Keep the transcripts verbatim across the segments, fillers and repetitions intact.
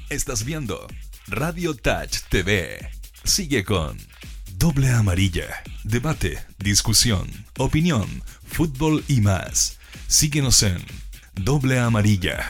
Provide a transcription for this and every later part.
Estás viendo Radio Touch T V. Sigue con Doble Amarilla. Debate, discusión, opinión, fútbol y más. Síguenos en Doble Amarilla.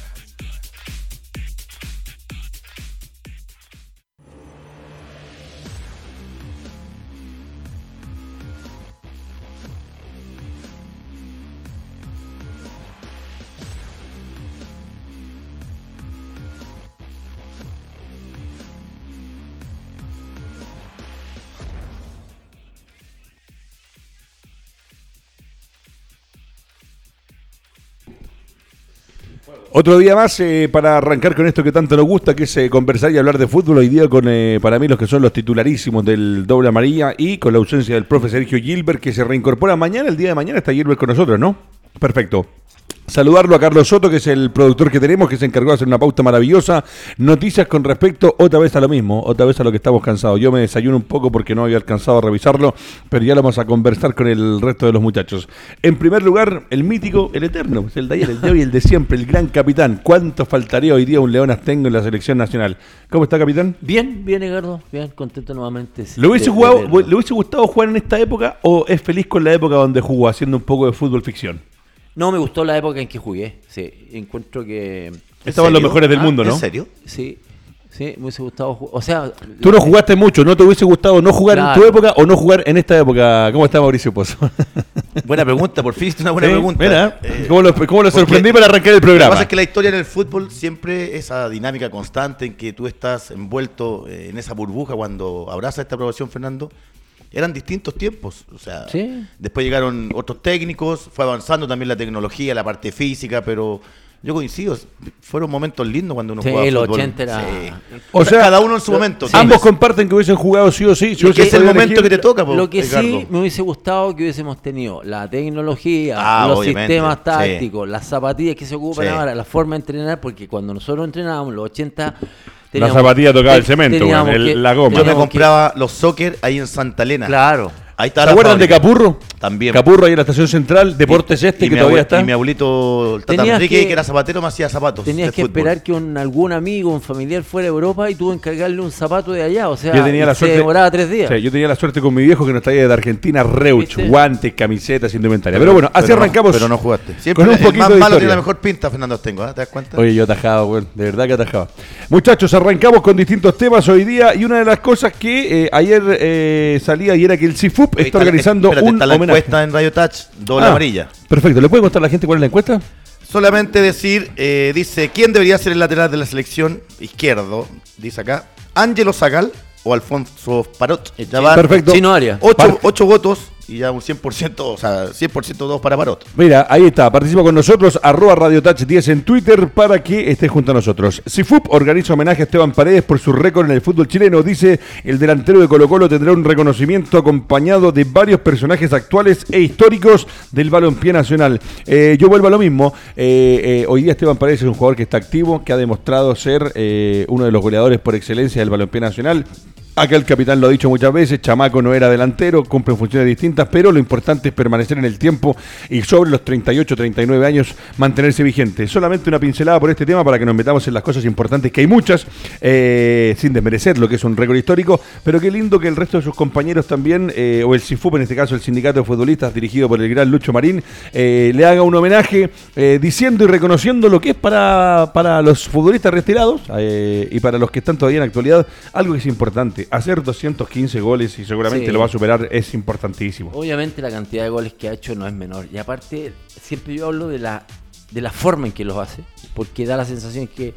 Otro día más eh, para arrancar con esto que tanto nos gusta, que es eh, conversar y hablar de fútbol. Hoy día con, eh, para mí, los que son los titularísimos del Doble Amarilla y con la ausencia del profe Sergio Gilbert, que se reincorpora mañana. El día de mañana está Gilbert con nosotros, ¿no? Perfecto. Saludarlo a Carlos Soto, que es el productor que tenemos, que se encargó de hacer una pauta maravillosa. Noticias con respecto, otra vez a lo mismo, otra vez a lo que estamos cansados. Yo me desayuno un poco porque no había alcanzado a revisarlo, pero ya lo vamos a conversar con el resto de los muchachos. En primer lugar, el mítico, el eterno, el de ayer, el de hoy, el de siempre, el gran capitán. ¿Cuánto faltaría hoy día un León Astengo en la selección nacional? ¿Cómo está, capitán? Bien, bien, Edgardo, bien, contento nuevamente. ¿Le hubiese, de, jugado, de ¿Le hubiese gustado jugar en esta época o es feliz con la época donde jugó, haciendo un poco de fútbol ficción? No, me gustó la época en que jugué, sí, encuentro que... Estaban los mejores del ah, mundo, ¿no? ¿En serio? Sí, sí, me hubiese gustado jugar, o sea... Tú no jugaste mucho, ¿no te hubiese gustado no jugar claro. en tu época o no jugar en esta época? ¿Cómo está Mauricio Pozo? Buena pregunta, por fin, es una buena ¿Sí? pregunta. Mira, eh, ¿cómo lo, cómo lo sorprendí para arrancar el programa? Lo que pasa es que la historia en el fútbol siempre esa dinámica constante en que tú estás envuelto en esa burbuja cuando abrazas esta aprobación, Fernando. Eran distintos tiempos, o sea, ¿sí? Después llegaron otros técnicos, fue avanzando también la tecnología, la parte física, pero yo coincido, fueron momentos lindos cuando uno sí, jugaba el fútbol. ochenta era... Sí. O, o sea, cada uno en su momento. Sí. Ambos comparten que hubiesen jugado sí o sí. Si es el momento elegir, que te toca, po, lo que Ricardo. Sí me hubiese gustado que hubiésemos tenido la tecnología, ah, los obviamente. sistemas tácticos, sí. las zapatillas que se ocupan sí. ahora, la forma de entrenar, porque cuando nosotros entrenábamos en los ochenta... La zapatilla tocaba el cemento, bueno, el, que, la goma. Yo me compraba que... los soccer ahí en Santa Elena. Claro. Ahí está. ¿Se acuerdan de Capurro? También. Capurro ahí en la estación central, Deportes y, Este, y que todavía abue- está. Y mi abuelito, el Tata Enrique, que, que era zapatero, me hacía zapatos. Tenías que fútbol. esperar que un, algún amigo, un familiar fuera a Europa y tuvo que encargarle un zapato de allá. O sea, yo tenía la se suerte, demoraba tres días. Sí, yo tenía la suerte con mi viejo que nos traía de Argentina Reuch, ¿Viste? guantes, camisetas, indumentaria. Pero, pero bueno, así pero arrancamos. No, pero no jugaste. Siempre con un el poquito más de malo historia. tiene la mejor pinta, Fernando Astengo, ¿eh? ¿Te das cuenta? Oye, yo atajaba, güey, de verdad que atajaba. Muchachos, arrancamos con distintos temas hoy día y una de las cosas que eh, ayer eh, salía y era que el C I F U P está organizando espérate, un está la homenaje. encuesta en Radio Touch, doble ah, amarilla. Perfecto, ¿le puede contar a la gente cuál es la encuesta? Solamente decir, eh, dice, ¿quién debería ser el lateral de la selección izquierdo? Dice acá, Ángelo Zagal o Alfonso Parot. Ya va perfecto. Chino Arias. Ocho, ocho votos y ya un cien por ciento, o sea, cien por ciento dos para Parot. Mira, ahí está, participa con nosotros, arroba Radio Touch diez en Twitter para que estés junto a nosotros. C I F U P organiza homenaje a Esteban Paredes por su récord en el fútbol chileno. Dice, el delantero de Colo Colo tendrá un reconocimiento acompañado de varios personajes actuales e históricos del balompié nacional. Eh, yo vuelvo a lo mismo, eh, eh, hoy día Esteban Paredes es un jugador que está activo, que ha demostrado ser eh, uno de los goleadores por excelencia del balompié nacional. Acá el capitán lo ha dicho muchas veces, Chamaco no era delantero, cumple funciones distintas, pero lo importante es permanecer en el tiempo y sobre los treinta y ocho, treinta y nueve años mantenerse vigente. Solamente una pincelada por este tema para que nos metamos en las cosas importantes, que hay muchas, eh, sin desmerecer lo que es un récord histórico, pero qué lindo que el resto de sus compañeros también, eh, o el C I F U P, en este caso el Sindicato de Futbolistas dirigido por el gran Lucho Marín, eh, le haga un homenaje eh, diciendo y reconociendo lo que es para, para los futbolistas retirados eh, y para los que están todavía en actualidad, algo que es importante. Hacer doscientos quince goles y seguramente sí. lo va a superar es importantísimo. Obviamente la cantidad de goles que ha hecho no es menor. Y aparte, siempre yo hablo de la de la forma en que los hace, porque da la sensación que,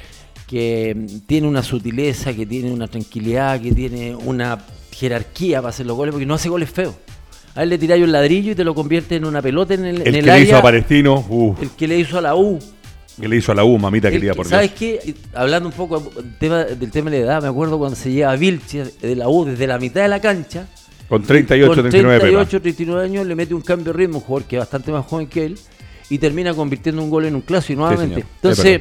que tiene una sutileza, que tiene una tranquilidad, que tiene una jerarquía para hacer los goles, porque no hace goles feos. A él le tiráis un ladrillo y te lo convierte en una pelota en el, el en el que área. Le hizo a Palestino. Uh. El que le hizo a la U. Que le hizo a la U, mamita querida, por Dios. ¿Sabes qué? Hablando un poco del tema, del tema de la edad, me acuerdo cuando se lleva a Vilches de la U desde la mitad de la cancha. Con treinta y ocho, treinta y nueve Con treinta y ocho, treinta y nueve años le mete un cambio de ritmo, un jugador que es bastante más joven que él, y termina convirtiendo un gol en un clásico nuevamente. Sí, Entonces,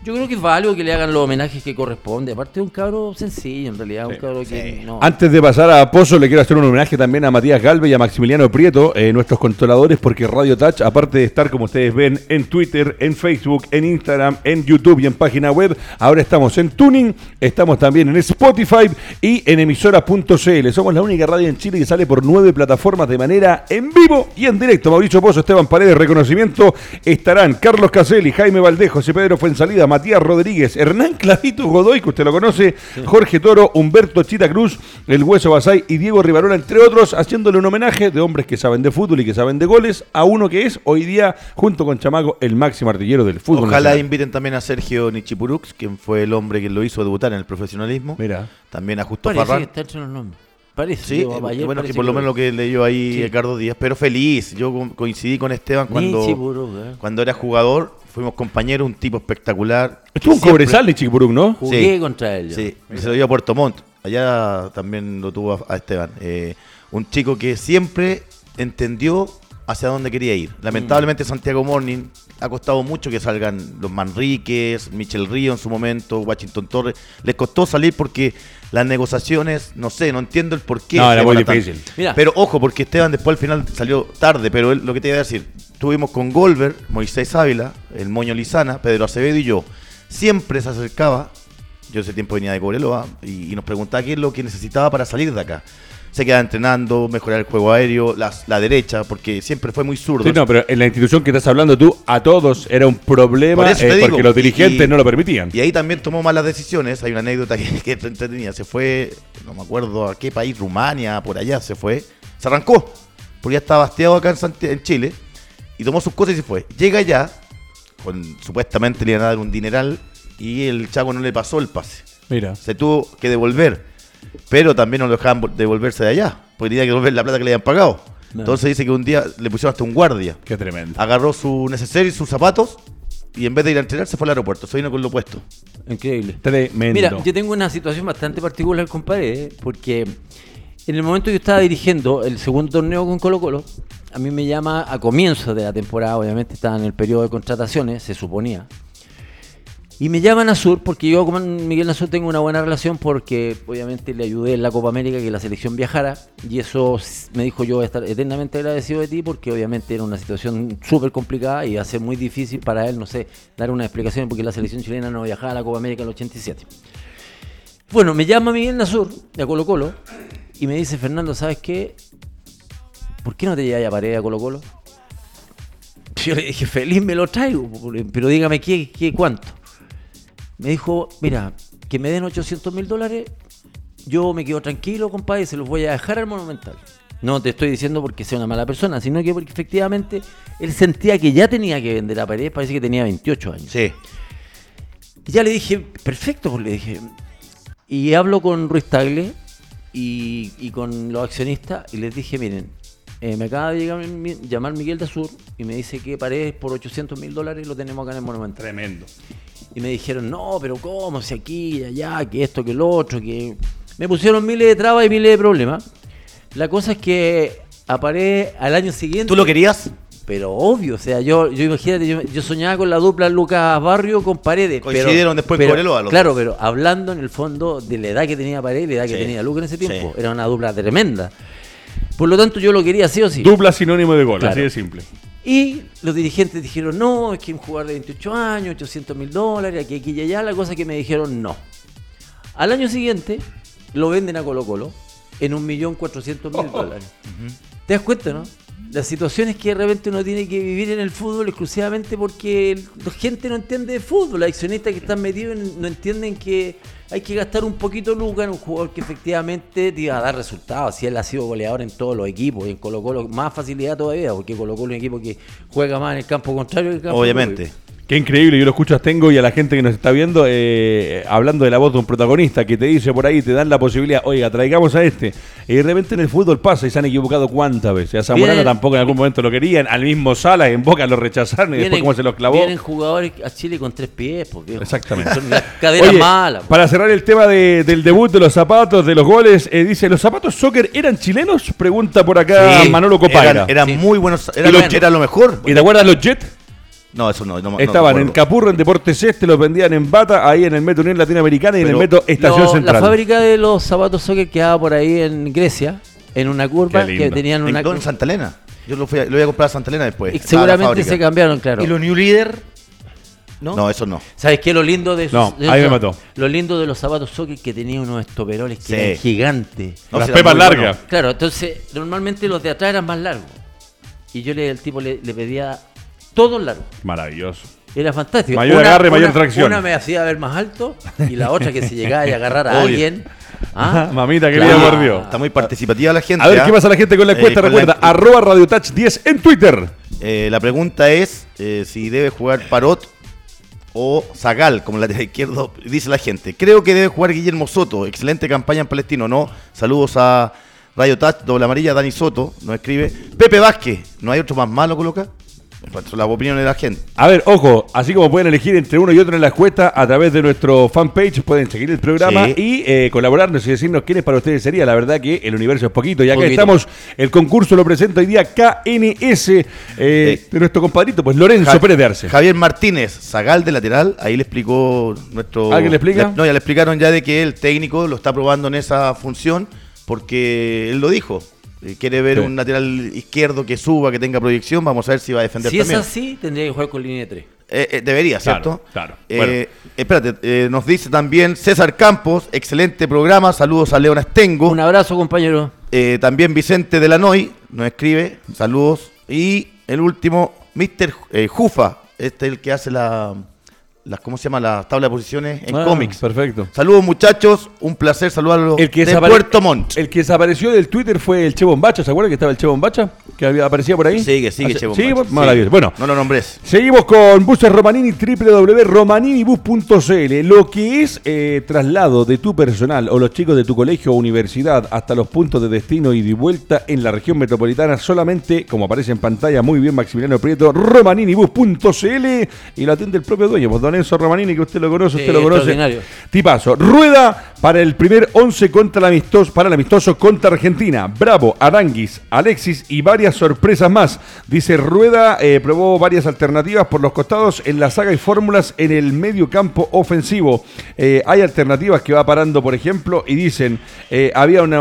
Yo creo que es válido que le hagan los homenajes que corresponde. Aparte de un cabro sencillo, en realidad, sí, un cabro que sí. no. Antes de pasar a Pozo, le quiero hacer un homenaje también a Matías Galvez y a Maximiliano Prieto, eh, nuestros controladores, porque Radio Touch, aparte de estar, como ustedes ven, en Twitter, en Facebook, en Instagram, en YouTube y en página web, ahora estamos en Tuning, estamos también en Spotify y en emisora punto c l. Somos la única radio en Chile que sale por nueve plataformas de manera en vivo y en directo. Mauricio Pozo, Esteban Paredes, reconocimiento. Estarán Carlos Caselli, Jaime Valdés, José Pedro Fuensalida, Matías Rodríguez, Hernán Clavito Godoy, que usted lo conoce, sí. Jorge Toro, Humberto Chita Cruz, El Hueso Basay y Diego Rivarola, entre otros, haciéndole un homenaje de hombres que saben de fútbol y que saben de goles a uno que es hoy día, junto con Chamaco, el máximo artillero del fútbol. Ojalá nacional. Inviten también a Sergio Nichipurux, quien fue el hombre que lo hizo debutar en el profesionalismo. Mira. También a Justo Parece Farrán. que está entre los nombres. Parece. Sí, yo, ayer bueno, parece que por lo menos lo que leyó ahí sí. Ricardo Díaz, pero feliz. Yo coincidí con Esteban cuando, Nichipurux, eh. cuando era jugador, fuimos compañeros, un tipo espectacular. Estuvo en Cobresal de Chiquipurú, ¿no? Jugué sí, contra él. Yo. Sí, y se lo dio a Puerto Montt. Allá también lo tuvo a, a Esteban. Eh, un chico que siempre entendió hacia dónde quería ir. Lamentablemente mm. Santiago Morning ha costado mucho que salgan los Manríquez, Michel Río en su momento, Washington Torres. Les costó salir porque las negociaciones, no sé, no entiendo el por qué. No, era muy difícil. Pero ojo, porque Esteban después al final salió tarde, pero él, lo que te iba a decir, estuvimos con Goldberg, Moisés Ávila, el Moño Lizana, Pedro Acevedo y yo. Siempre se acercaba, yo ese tiempo venía de Cobreloa, y, y nos preguntaba qué es lo que necesitaba para salir de acá. Se quedaba entrenando, mejorar el juego aéreo, la, la derecha, porque siempre fue muy zurdo. Sí, no, pero en la institución que estás hablando tú, a todos era un problema Por eh, digo, porque los dirigentes y, no lo permitían. Y ahí también tomó malas decisiones. Hay una anécdota que, que entretenida. Se fue, no me acuerdo a qué país, Rumania, por allá se fue. Se arrancó, porque ya estaba hastiado acá en, Santi- en Chile, y tomó sus cosas y se fue. Llega allá, con, supuestamente le iban a dar un dineral, y el Chaco no le pasó el pase. Mira. Se tuvo que devolver. Pero también no lo dejaban devolverse de allá, porque tenía que devolver la plata que le habían pagado. No. Entonces dice que un día le pusieron hasta un guardia. Qué tremendo. Agarró su neceser y sus zapatos y en vez de ir a entrenar se fue al aeropuerto. Se vino con lo puesto. Increíble. Tremendo. Mira, yo tengo una situación bastante particular, compadre, ¿eh? Porque en el momento que yo estaba dirigiendo el segundo torneo con Colo Colo, a mí me llama a comienzo de la temporada, obviamente estaba en el periodo de contrataciones, se suponía. Y me llaman a Sur, porque yo con Miguel Nasur tengo una buena relación, porque obviamente le ayudé en la Copa América que la selección viajara, y eso me dijo: yo voy a estar eternamente agradecido de ti, porque obviamente era una situación súper complicada y iba a ser muy difícil para él, no sé, dar una explicación, porque la selección chilena no viajaba a la Copa América en el ochenta y siete. Bueno, me llama Miguel Nasur, de Colo Colo, y me dice: Fernando, ¿sabes qué? ¿Por qué no te llevas a Paredes a Colo Colo? Yo le dije: feliz me lo traigo, pero dígame qué, qué cuánto. Me dijo: mira, que me den ochocientos mil dólares, yo me quedo tranquilo, compadre, y se los voy a dejar al Monumental. No te estoy diciendo porque sea una mala persona, sino que porque efectivamente él sentía que ya tenía que vender a Paredes, parece que tenía veintiocho años. Sí. Y ya le dije: perfecto, pues le dije. Y hablo con Ruiz Tagle y, y con los accionistas y les dije: miren, eh, me acaba de llegar, llamar Miguel de Sur y me dice que Paredes por ochocientos mil dólares lo tenemos acá en el Monumental. Tremendo. Y me dijeron: no, pero ¿cómo? Si aquí, allá, que esto, que lo otro, que... Me pusieron miles de trabas y miles de problemas. La cosa es que a Paredes al año siguiente... ¿Tú lo querías? Pero obvio, o sea, yo, yo imagínate, yo, yo soñaba con la dupla Lucas Barrio con Paredes. Coincidieron pero, después pero, Cobreloa. Los claro, dos. pero hablando en el fondo de la edad que tenía Paredes y la edad que Sí, tenía Lucas en ese tiempo, sí. era una dupla tremenda. Por lo tanto, yo lo quería sí o sí. Dupla sinónimo de gol, Claro. así de simple. Y los dirigentes dijeron: no, es que un jugador de veintiocho años, ochocientos mil dólares, aquí, aquí y allá. La cosa es que me dijeron no. Al año siguiente lo venden a Colo Colo en un millón cuatrocientos mil dólares. ¿Te das cuenta, no? Las situaciones que de repente uno tiene que vivir en el fútbol exclusivamente porque la gente no entiende de fútbol. Los accionistas que están metidos no entienden que hay que gastar un poquito lucas en un jugador que efectivamente te iba a dar resultados. Si él ha sido goleador en todos los equipos y en Colo Colo más facilidad todavía, porque Colo Colo es un equipo que juega más en el campo contrario que en el campo Obviamente. propio. Qué increíble, yo lo escucho a Astengo y a la gente que nos está viendo eh, hablando de la voz de un protagonista que te dice por ahí, te dan la posibilidad: oiga, traigamos a este. Y de repente en el fútbol pasa y se han equivocado cuántas veces. A Zamorano Vienen, tampoco en algún momento lo querían, al mismo Sala en Boca lo rechazaron y vienen, después cómo se los clavó. Vienen jugadores a Chile con tres pies, pues, viejo. Exactamente. Son caderas Oye, malas. Pues. Para cerrar el tema de, del debut, de los zapatos, de los goles, eh, dice: ¿los zapatos soccer eran chilenos? Pregunta por acá Sí, Manolo Copaira. Eran, eran Sí. muy buenos, era, ¿Y lo, los- era lo mejor. ¿Y te acuerdas los Jet? No, eso no. no Estaban no en Capurro, en Deportes Este, los vendían en Bata, ahí en el Metro Unión Latinoamericana y Pero en el Metro Estación lo, Central. La fábrica de los zapatos soccer quedaba por ahí en Grecia, en una curva que tenían una... ¿En, en Santa Elena? Yo lo, fui a, lo iba a comprar a Santa Elena después. Y seguramente se cambiaron, claro. ¿Y los New Leader? ¿No? No, eso no. ¿Sabes qué? Lo lindo de esos, No, de ahí esos, me mató. Lo lindo de los zapatos soccer que tenían unos estoperoles que sí. eran gigantes. No, Las si pepas largas. bueno. Claro, entonces normalmente los de atrás eran más largos. Y yo le, el tipo le, le pedía todos largos. Maravilloso. Era fantástico. Mayor una, agarre, una, mayor tracción. Una me hacía ver más alto y la otra que se llegaba y agarrar a alguien. ¿Ah? Mamita querida, Claro. por Dios. Está muy participativa la gente. A ver, ¿eh? ¿qué pasa la gente con la encuesta? Eh, con Recuerda, la... arroba Radio Touch diez en Twitter. Eh, la pregunta es eh, si debe jugar Parot o Zagal como lateral izquierdo, dice la gente. Creo que debe jugar Guillermo Soto. Excelente campaña en Palestino, ¿no? Saludos a Radio Touch, doble amarilla, Dani Soto, nos escribe. Pepe Vázquez, ¿no hay otro más malo, coloca? Son las opiniones de la gente. A ver, ojo, así como pueden elegir entre uno y otro en la encuesta, a través de nuestro fanpage pueden seguir el programa Sí. y eh, colaborarnos y decirnos quiénes para ustedes sería. La verdad que el universo es poquito. Y acá Poquito. estamos, el concurso lo presenta hoy día K N S eh, Sí. de nuestro compadrito, pues Lorenzo Ja- Pérez de Arce. Javier Martínez, Zagal de lateral, ahí le explicó nuestro... ¿Alguien le explica? No, ya le explicaron ya de que el técnico lo está probando en esa función porque él lo dijo. Eh, Quiere ver Sí. un lateral izquierdo que suba, que tenga proyección, vamos a ver si va a defender Si también. es así, tendría que jugar con línea de tres. Eh, eh, debería, Claro, ¿cierto? claro. Eh, Bueno. Espérate, eh, nos dice también César Campos, excelente programa, saludos a León Astengo. Un abrazo, compañero. Eh, también Vicente Delanoy nos escribe, saludos. Y el último, mister eh, Jufa, este es el que hace la, las, ¿cómo se llama? La tabla de posiciones en Ah, cómics. Perfecto. Saludos muchachos, un placer saludarlos El que, de desapare- Puerto Montt. el que desapareció del Twitter fue el Che Bombacha. ¿Se acuerdan que estaba el Che Bombacha? Que había, aparecía por ahí. Sigue, sigue, Hace- Che Sigue, Bombacha. maravilloso. Sí. Bueno, No lo nombres. seguimos con Buses Romanini, doble u doble u doble u punto romaninibus punto c l. Lo que es eh, traslado de tu personal o los chicos de tu colegio o universidad hasta los puntos de destino y de vuelta en la región metropolitana, solamente, como aparece en pantalla muy bien Maximiliano Prieto, romaninibus punto c l, y lo atiende el propio dueño, pues don Enzo Romanini, que usted lo conoce, usted Sí, lo conoce. extraordinario. Tipazo. Rueda para el primer once contra el amistoso, para el amistoso contra Argentina. Bravo, Aranguis, Alexis y varias sorpresas más. Dice Rueda, eh, probó varias alternativas por los costados en la saga y fórmulas en el medio campo ofensivo. Eh, hay alternativas que va parando, por ejemplo, y dicen, eh, había un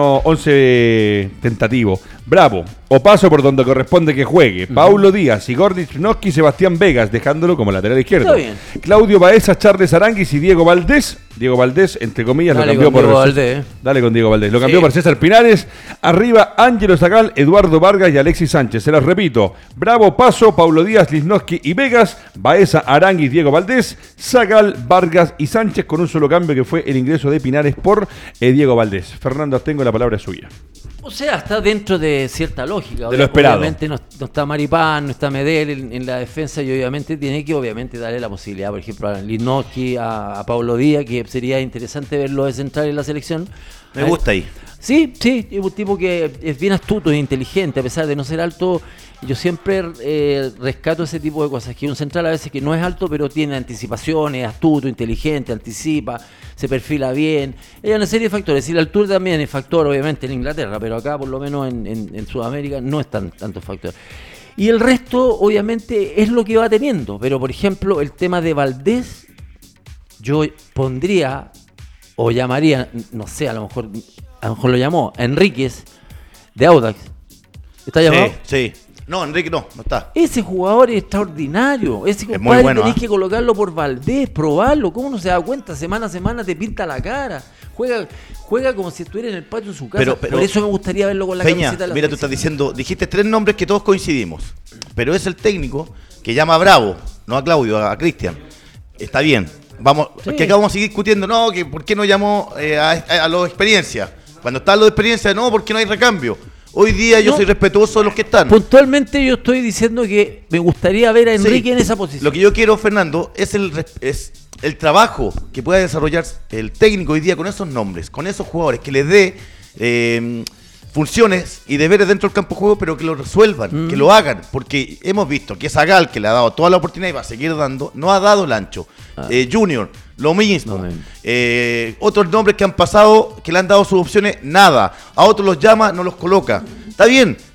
once tentativo. Bravo, o paso por donde corresponde que juegue. Uh-huh. Paulo Díaz, Igor Lichnowsky y Sebastián Vegas, dejándolo como lateral izquierdo. Está bien. Claudio Baeza, Charles Aranguis y Diego Valdés. Diego Valdés, entre comillas, Dale lo cambió con por... Diego Valdés, eh. Dale con Diego Valdés. Lo cambió Sí. por César Pinares. Arriba, Ángelo Zagal, Eduardo Vargas y Alexis Sánchez. Se los repito. Bravo, Paso, Paulo Díaz, Lichnowsky y Vegas. Baeza, Aranguis, Diego Valdés. Zagal, Vargas y Sánchez, con un solo cambio que fue el ingreso de Pinares por eh, Diego Valdés. Fernando Astengo, la palabra es suya. O sea, está dentro de cierta lógica. De lo esperado. Obviamente no, no está Maripán, no está Medel en, en la defensa y obviamente tiene que obviamente darle la posibilidad, por ejemplo, a Lichnowsky, a, a Paulo Díaz, que sería interesante verlo de central en la selección. Me gusta ahí. Sí, sí, es un tipo que es bien astuto e inteligente, a pesar de no ser alto. Yo siempre eh, rescato ese tipo de cosas, que un central a veces que no es alto, pero tiene anticipaciones, astuto, inteligente, anticipa, se perfila bien. Hay una serie de factores, y la altura también es factor, obviamente, en Inglaterra, pero acá, por lo menos en, en, en Sudamérica, no es tan, tanto factor. Y el resto, obviamente, es lo que va teniendo. Pero, por ejemplo, el tema de Valdés, yo pondría, o llamaría, no sé, a lo mejor, a lo mejor lo llamó, a Enríquez, de Audax. ¿Está llamado? Sí, sí. No, Enrique no, no está. Ese jugador es extraordinario. Ese muy compadre bueno, tenés ¿eh? que colocarlo por Valdés, probarlo. ¿Cómo no se da cuenta? Semana a semana te pinta la cara. Juega juega como si estuviera en el patio de su casa. Pero- pero- por eso me gustaría verlo con la Peña, camiseta de la mira, tú selección. estás diciendo, dijiste tres nombres que todos coincidimos, pero es el técnico que llama a Bravo, no a Claudio, a, a Cristian. Está bien, vamos, Sí. que acá vamos a seguir discutiendo, no, que por qué no llamó eh, a, a, a los de experiencia. Cuando está lo de experiencia, no, porque no hay recambio. Hoy día yo No. soy respetuoso de los que están. Puntualmente yo estoy diciendo que me gustaría ver a Enrique Sí. en esa posición. Lo que yo quiero, Fernando, es el, res- es el trabajo que pueda desarrollar el técnico hoy día con esos nombres, con esos jugadores, que les dé eh, funciones y deberes dentro del campo de juego, pero que lo resuelvan, Mm. que lo hagan, porque hemos visto que Zagal, que le ha dado toda la oportunidad y va a seguir dando, no ha dado el ancho. Ah. Eh, Junior, lo mismo. No, no. Eh, otros nombres que han pasado, que le han dado sus opciones, nada. A otros los llama, no los coloca. Está bien,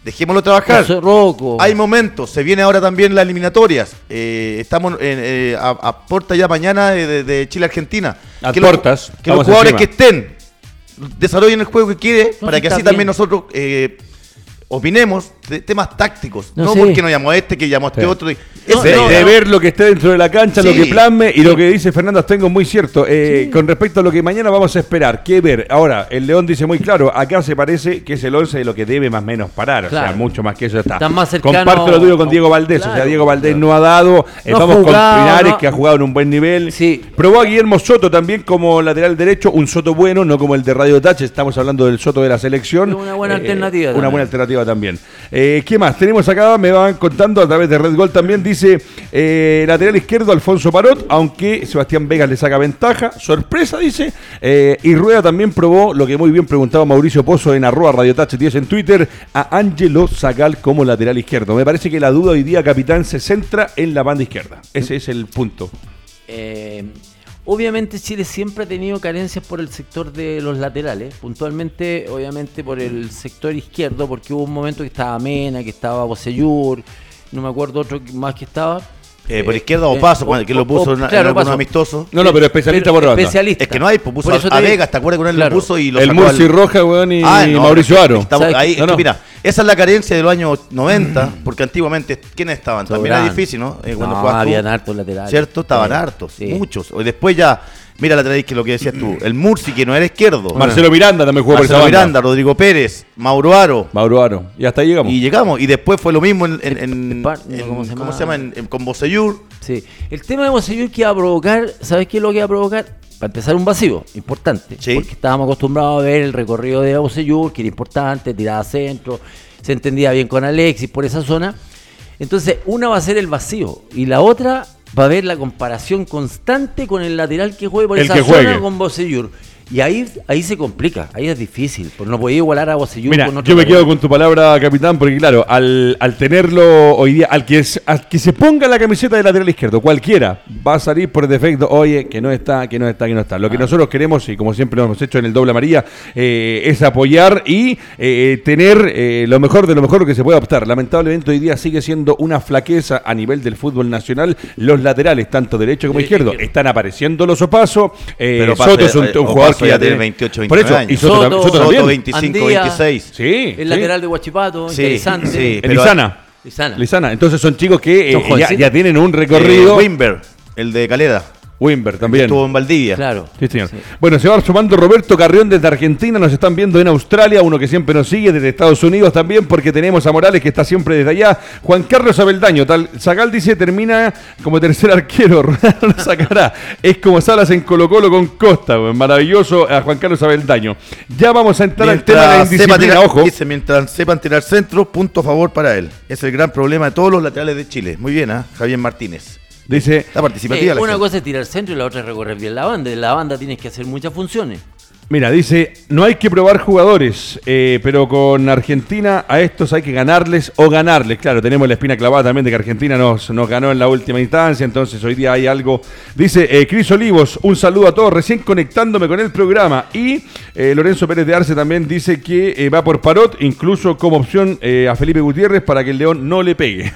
dejémoslo trabajar. Roco. Hay momentos, se viene ahora también las eliminatorias. Eh, estamos en, eh, a, a puerta ya mañana de, de Chile-Argentina. A que puertas. Los, que los jugadores encima. que estén desarrollen el juego que quiere, no, para que así bien. también nosotros eh, opinemos de temas tácticos. No, no sí. porque no llamó a este, que llamó a este sí. otro. No, de, no, de no. ver lo que esté dentro de la cancha, sí. lo que plasme y lo que dice Fernando Astengo muy cierto. Eh, sí. Con respecto a lo que mañana vamos a esperar, ¿qué ver? Ahora, el León dice muy claro, acá se parece que es el once de lo que debe más o menos parar. Claro. O sea, mucho más que eso está. está más cercano, Comparto lo tuyo con Diego Valdés. Claro, o sea, Diego Valdés claro. no ha dado. Eh, no vamos jugado, con Pinares, que ha jugado en un buen nivel. Sí. Probó a Guillermo Soto también como lateral derecho, un Soto bueno, no como el de Radio Touch. Estamos hablando del Soto de la selección. Una buena eh, alternativa. Una también. buena alternativa también. Eh, ¿Qué más? Tenemos acá, me van contando a través de Red Gol también, dice eh, lateral izquierdo Alfonso Parot, aunque Sebastián Vegas le saca ventaja. Sorpresa, dice. Eh, y Rueda también probó lo que muy bien preguntaba Mauricio Pozo en arroba Radio Touch diez en Twitter, a Ángelo Zagal como lateral izquierdo. Me parece que la duda hoy día, capitán, se centra en la banda izquierda. Ese es el punto. Eh... Obviamente Chile siempre ha tenido carencias por el sector de los laterales, puntualmente obviamente por el sector izquierdo, porque hubo un momento que estaba Mena, que estaba Bocellur, no me acuerdo otro más que estaba. Eh, por izquierda o Paso, eh, que lo puso o, en, claro, en algunos amistosos. No, no, pero especialista pero, por banda. Especialista. Es que no hay, pues puso a, a Vegas, ¿te acuerdas que él claro. lo puso y lo el sacó Murci al... Roja, weón, y ah, no, Mauricio Aro. Está, ahí, no, no. Mira, esa es la carencia de los años noventa, porque antiguamente, ¿quiénes estaban? También era difícil, ¿no? Eh, cuando no, habían hartos laterales. ¿Cierto? Estaban sí. hartos, sí. muchos. Y después ya... Mira la lateral que lo que decías tú, el Murci, que no era izquierdo. Marcelo Miranda también jugó Marcelo por esa Miranda, banda. Rodrigo Pérez, Mauro Aro. Mauro Aro. Y hasta ahí llegamos. Y llegamos. Y después fue lo mismo en, en, en, Par, en ¿cómo se llama? ¿cómo se llama? En, en, con Bocellur. Sí. El tema de Bocellur que iba a provocar, ¿sabes qué es lo que iba a provocar? Para empezar, un vacío importante. Sí. Porque estábamos acostumbrados a ver el recorrido de Bocellur, que era importante, tirada a centro, se entendía bien con Alexis por esa zona. Entonces, una va a ser el vacío y la otra va a haber la comparación constante con el lateral que juegue por el esa que zona juegue. con Bocellur. Y ahí, ahí se complica, ahí es difícil, porque no podía igualar a Bocellur. Mira, con otro yo me lateral. quedo con tu palabra, capitán, porque claro, al, al tenerlo hoy día, al que, es, al que se ponga la camiseta de lateral izquierdo, cualquiera, va a salir por defecto, oye, que no está, que no está, que no está. Lo que ah. nosotros queremos, y como siempre lo hemos hecho en el Doble Amarilla, eh, es apoyar y eh, tener eh, lo mejor de lo mejor que se pueda optar. Lamentablemente hoy día sigue siendo una flaqueza a nivel del fútbol nacional. Los laterales, tanto derecho como izquierdo, están apareciendo los opazos. Eh, Pero Soto es un, eh, un jugador que ya tiene veintiocho, por eso, años. y Soto, Soto, Soto, Soto veinticinco, veintiséis. Sí. El sí. lateral de Huachipato, sí, interesante. Sí, Elizana. Lizana. Lizana. Entonces son chicos que Son eh, ya, ya tienen un Eh, recorrido. Wimber, el de Calera. Wimber también. Estuvo en Valdivia. Claro. Sí, señor. Sí. Bueno, se va sumando Roberto Carrión desde Argentina, nos están viendo en Australia, uno que siempre nos sigue desde Estados Unidos también, porque tenemos a Morales que está siempre desde allá. Juan Carlos Abeldaño, tal Zagal dice, termina como tercer arquero, Rueda no lo sacará. Es como Salas en Colo Colo con Costa, maravilloso a Juan Carlos Abeldaño. Ya vamos a entrar al tema de la indisciplina, tirar, ojo. Dice, mientras sepan tirar centro, punto a favor para él. Es el gran problema de todos los laterales de Chile. Muy bien, ¿eh? Javier Martínez. Dice, la participativa. Eh, la una gente. cosa es tirar centro y la otra es recorrer bien la banda. En la banda tienes que hacer muchas funciones. mira, dice, no hay que probar jugadores, eh, pero con Argentina a estos hay que ganarles o ganarles. Claro, tenemos la espina clavada también de que Argentina nos, nos ganó en la última instancia, entonces hoy día hay algo. Dice eh, Cris Olivos, un saludo a todos, recién conectándome con el programa. Y eh, Lorenzo Pérez de Arce también dice que eh, va por Parot, incluso como opción eh, a Felipe Gutiérrez para que el León no le pegue.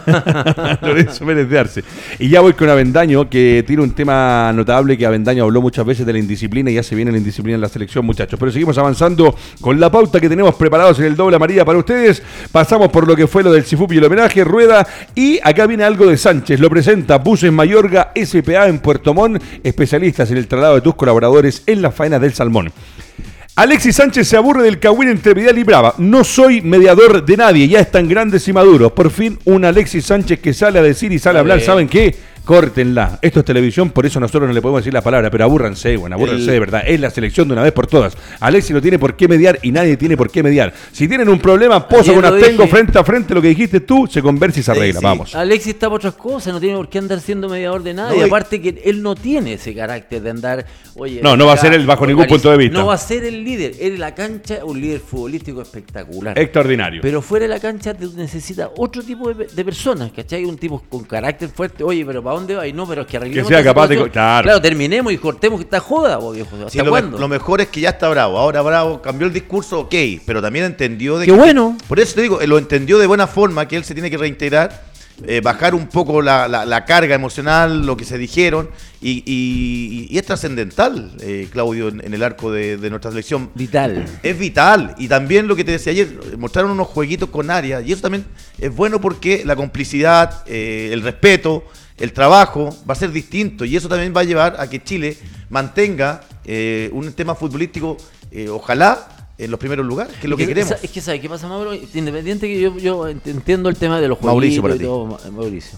Lorenzo Pérez de Arce. Y ya voy con Avendaño, que tiene un tema notable, que Avendaño habló muchas veces de la indisciplina y ya se viene la indisciplina en la selección, muchachos. Pero seguimos avanzando con la pauta que tenemos preparados en el Doble Amarilla para ustedes. Pasamos por lo que fue lo del Cifup y el homenaje, Rueda, y acá viene algo de Sánchez. Lo presenta Buses Mayorga S P A en Puerto Montt, especialistas en el traslado de tus colaboradores en las faenas del salmón. Alexis Sánchez se aburre del cagüín entre Vidal y Brava. No soy mediador de nadie, ya están grandes y maduros. Por fin un Alexis Sánchez que sale a decir y sale a hablar, ¿saben qué? Córtenla. Esto es televisión, por eso nosotros no le podemos decir la palabra, pero abúrranse, bueno, abúrranse el... de verdad. Es la selección de una vez por todas. Alexis no tiene por qué mediar y nadie tiene por qué mediar. Si tienen un problema, Pozo con Astengo frente a frente, lo que dijiste tú, se conversa y se arregla. Sí, sí. Vamos. Alexis está por otras cosas, no tiene por qué andar siendo mediador de nada. No, y aparte que él no tiene ese carácter de andar... Oye, no, no va a ser él bajo ningún punto de vista. No va a ser el líder. Él en la cancha, un líder futbolístico espectacular. Extraordinario. Pero fuera de la cancha necesita otro tipo de, de personas, ¿cachai? Un tipo con carácter fuerte. Oye, pero ¿para dónde va? Y no, pero es que arreglemos. Que sea capaz de. Claro. claro, terminemos y cortemos que está joda, vos, viejo. ¿Hasta sí, lo, cuándo? Me, lo mejor es que ya está Bravo. Ahora Bravo cambió el discurso, ok, pero también entendió de Qué que. bueno. Por eso te digo, lo entendió de buena forma, que él se tiene que reintegrar. Eh, bajar un poco la, la, la carga emocional, lo que se dijeron, y, y, y es trascendental, eh, Claudio, en, en el arco de, de nuestra selección. Vital. Es vital, y también lo que te decía ayer, mostraron unos jueguitos con áreas, y eso también es bueno porque la complicidad, eh, el respeto, el trabajo va a ser distinto, y eso también va a llevar a que Chile mantenga eh, un tema futbolístico, eh, ojalá, en los primeros lugares, que es lo que, que queremos. Es que, ¿sabes qué pasa, Mauro? Independiente que yo, yo entiendo el tema de los juegos. Mauricio, para ti. Todo, Mauricio.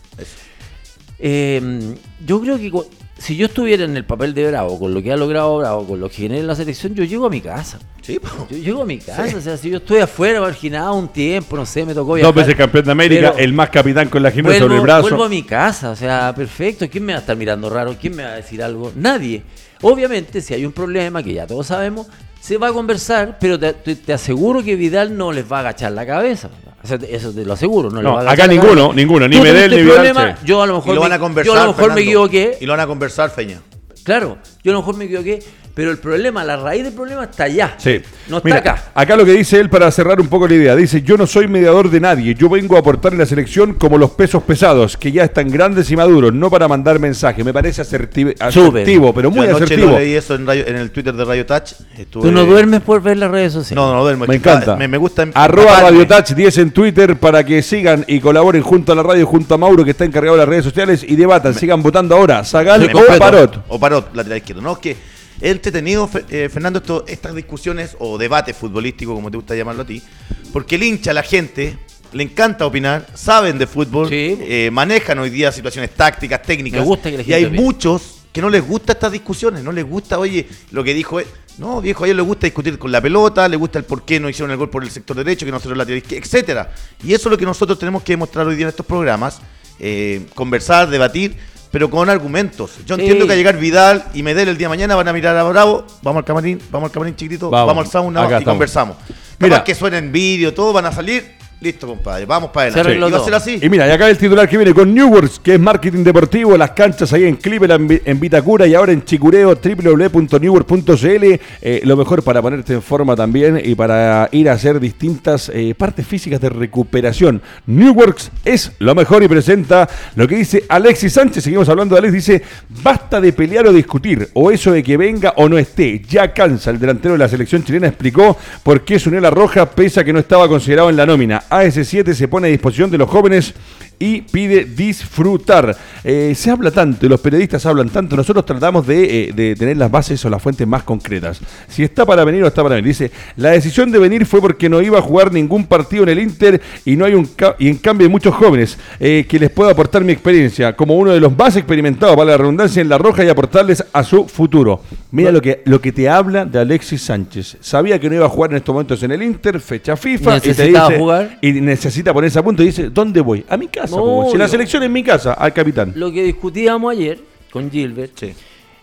Eh, yo creo que si yo estuviera en el papel de Bravo, con lo que ha logrado Bravo, con lo que genera en la selección, yo llego a mi casa. Sí, yo llego a mi casa. Sí. O sea, si yo estoy afuera, marginado un tiempo, no sé, me tocó viajar. Dos veces campeón de América, el más capitán con la gimnasia sobre el brazo. Vuelvo a mi casa, o sea, perfecto. ¿Quién me va a estar mirando raro? ¿Quién me va a decir algo? Nadie. Obviamente, si hay un problema, que ya todos sabemos, se va a conversar, pero te, te, te aseguro que Vidal no les va a agachar la cabeza. O sea, eso te lo aseguro. No, no les va a acá ninguno, cabeza. ninguno, ni Medel ni Vidal. Problema, yo a lo mejor, y lo van a conversar, me, yo a lo mejor Fernando, me equivoqué. Y lo van a conversar, Feña. Claro, yo a lo mejor me equivoqué, pero el problema, la raíz del problema está allá. Sí. No está Mira, acá. Acá lo que dice él para cerrar un poco la idea. Dice, yo no soy mediador de nadie. Yo vengo a aportar en la selección como los pesos pesados, que ya están grandes y maduros, no para mandar mensajes. Me parece asertivo, asertivo pero muy yo anoche asertivo. Lo leí eso en, radio, en el Twitter de Radio Touch. Estuve... ¿Tú no duermes por ver las redes sociales? No, no duermo. Me encanta. Me, me gusta. Arroba Radio Touch diez en Twitter para que sigan y colaboren junto a la radio, junto a Mauro, que está encargado de las redes sociales, y debatan. Me... Sigan votando ahora. Zagal o Parot. O Parot, lateral izquierdo. No, es que es entretenido, eh, Fernando, esto, estas discusiones o debates futbolísticos, como te gusta llamarlo a ti, porque el hincha, la gente, le encanta opinar, saben de fútbol, sí. eh, manejan hoy día situaciones tácticas, técnicas. Me gusta que la gente y hay opine. muchos que no les gusta estas discusiones, no les gusta, oye, lo que dijo es, no, viejo, a ellos les gusta discutir con la pelota, les gusta el por qué no hicieron el gol por el sector derecho, que no hicieron la lateral izquierda, etcétera. Y eso es lo que nosotros tenemos que demostrar hoy día en estos programas, eh, conversar, debatir, pero con argumentos. Yo sí. entiendo que al llegar Vidal y Medel el día de mañana van a mirar a Bravo, vamos al camarín, vamos al camarín chiquitito, vamos, vamos al sauna y estamos. Conversamos. Mira, capaz que suena en vídeo, todos van a salir. Listo, compadre, vamos para adelante. Sí. Y va a ser así. Y mira, y acá el titular que viene con Newworks, que es marketing deportivo, las canchas ahí en Cleveland, en Vitacura y ahora en Chicureo, doble u doble u doble u punto newworks punto c l. Eh, lo mejor para ponerte en forma también y para ir a hacer distintas eh, partes físicas de recuperación. Newworks es lo mejor y presenta lo que dice Alexis Sánchez. Seguimos hablando de Alexis. Dice, basta de pelear o discutir, o eso de que venga o no esté. Ya cansa. El delantero de la selección chilena explicó por qué se unió a la roja, pese a que no estaba considerado en la nómina. A S siete se pone a disposición de los jóvenes y pide disfrutar. Eh, se habla tanto y los periodistas hablan tanto, nosotros tratamos de, eh, de tener las bases o las fuentes más concretas. Si está para venir o está para venir. Dice, la decisión de venir fue porque no iba a jugar ningún partido en el Inter y no hay un ca- y en cambio hay muchos jóvenes eh, que les puedo aportar mi experiencia como uno de los más experimentados, para la redundancia, en la roja y aportarles a su futuro. Mira lo que, lo que te habla de Alexis Sánchez. Sabía que no iba a jugar en estos momentos en el Inter, fecha FIFA, y te dice, jugar. y necesita ponerse a punto y dice, ¿dónde voy? A mi casa. No, si la selección es mi casa, al capitán. Lo que discutíamos ayer con Gilbert, sí.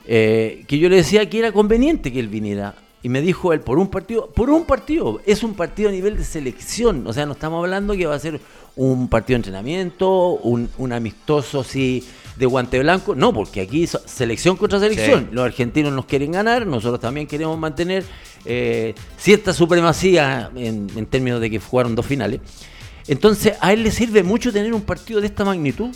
eh, que yo le decía que era conveniente que él viniera. Y me dijo él, por un partido, por un partido, es un partido a nivel de selección. O sea, no estamos hablando que va a ser un partido de entrenamiento, un, un amistoso sí, de guante blanco. No, porque aquí es selección contra selección. Sí. Los argentinos nos quieren ganar, nosotros también queremos mantener eh, cierta supremacía en, en términos de que jugaron dos finales. Entonces, a él le sirve mucho tener un partido de esta magnitud,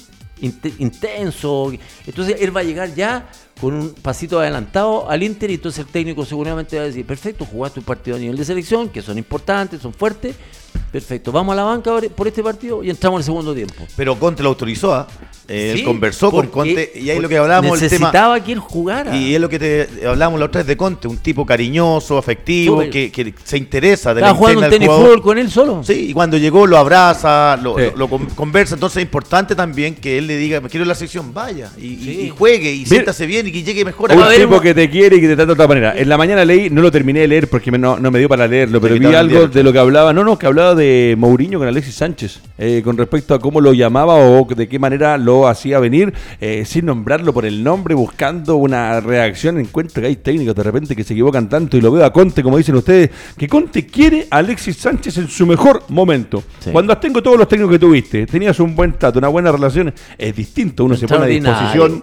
intenso. Entonces, él va a llegar ya con un pasito adelantado al Inter y entonces el técnico seguramente va a decir, perfecto, jugaste un partido a nivel de selección, que son importantes, son fuertes, perfecto, vamos a la banca por este partido y entramos en el segundo tiempo. Pero Conte lo autorizó, ¿eh? Él sí, conversó con Conte y ahí lo que hablábamos necesitaba el tema, que él jugara. Y es lo que te hablábamos la otra vez de Conte, un tipo cariñoso, afectivo, que, que se interesa de la Estaba jugando un tenis fútbol con él solo. Sí, y cuando llegó lo abraza, lo, sí. lo, lo conversa, entonces es importante también que él le diga, me quiero ir a la sección, vaya, y, sí. y juegue, y siéntase bien. bien y que llegue mejor. Un a ver, tipo que te quiere y que te trata de otra manera. En la mañana leí, no lo terminé de leer porque me, no, no me dio para leerlo, pero vi algo de lo que hablaba, no, no, que hablaba de Mourinho con Alexis Sánchez, eh, con respecto a cómo lo llamaba o de qué manera lo hacía venir, eh, sin nombrarlo por el nombre, buscando una reacción. Encuentro que hay técnicos de repente que se equivocan tanto, y lo veo a Conte, como dicen ustedes, que Conte quiere a Alexis Sánchez en su mejor momento. Sí. Cuando tengo todos los técnicos que tuviste, tenías un buen trato, una buena relación, es distinto, uno se pone a disposición.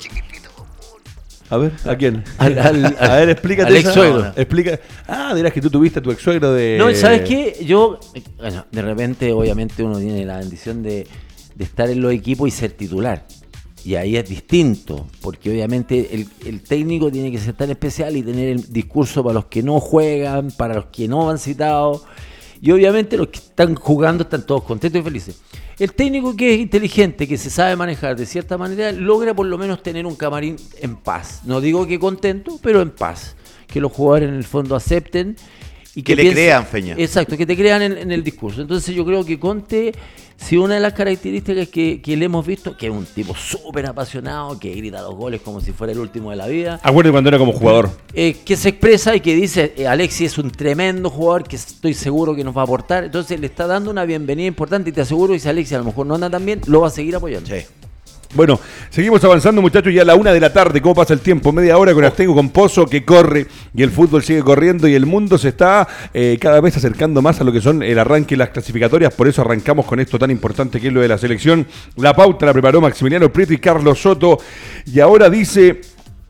A ver, ¿a quién? Al, al, a ver, explícate. Al ex suegro. Explica. Ah, dirás que tú tuviste a tu ex suegro de... No, ¿sabes qué? Yo, bueno, de repente, obviamente, uno tiene la bendición de, de estar en los equipos y ser titular. Y ahí es distinto, porque obviamente el, el técnico tiene que ser tan especial y tener el discurso para los que no juegan, para los que no han citado. Y obviamente los que están jugando están todos contentos y felices. El técnico que es inteligente, que se sabe manejar de cierta manera, logra por lo menos tener un camarín en paz. No digo que contento, pero en paz. Que los jugadores en el fondo acepten. Y que, que le piensen, crean, Feña. Exacto, que te crean en, en el discurso. Entonces yo creo que Conte, si una de las características que, que le hemos visto, que es un tipo súper apasionado, que grita los goles como si fuera el último de la vida. Acuérdate cuando era como jugador. Eh, que se expresa y que dice, eh, Alexis es un tremendo jugador que estoy seguro que nos va a aportar. Entonces le está dando una bienvenida importante y te aseguro que si Alexis a lo mejor no anda tan bien, lo va a seguir apoyando. Sí. Bueno, seguimos avanzando, muchachos, ya a la una de la tarde. ¿Cómo pasa el tiempo? Media hora con Astengo, con Pozo, que corre, y el fútbol sigue corriendo, y el mundo se está eh, cada vez acercando más a lo que son el arranque y las clasificatorias. Por eso arrancamos con esto tan importante que es lo de la selección. La pauta la preparó Maximiliano Prieto y Carlos Soto, y ahora dice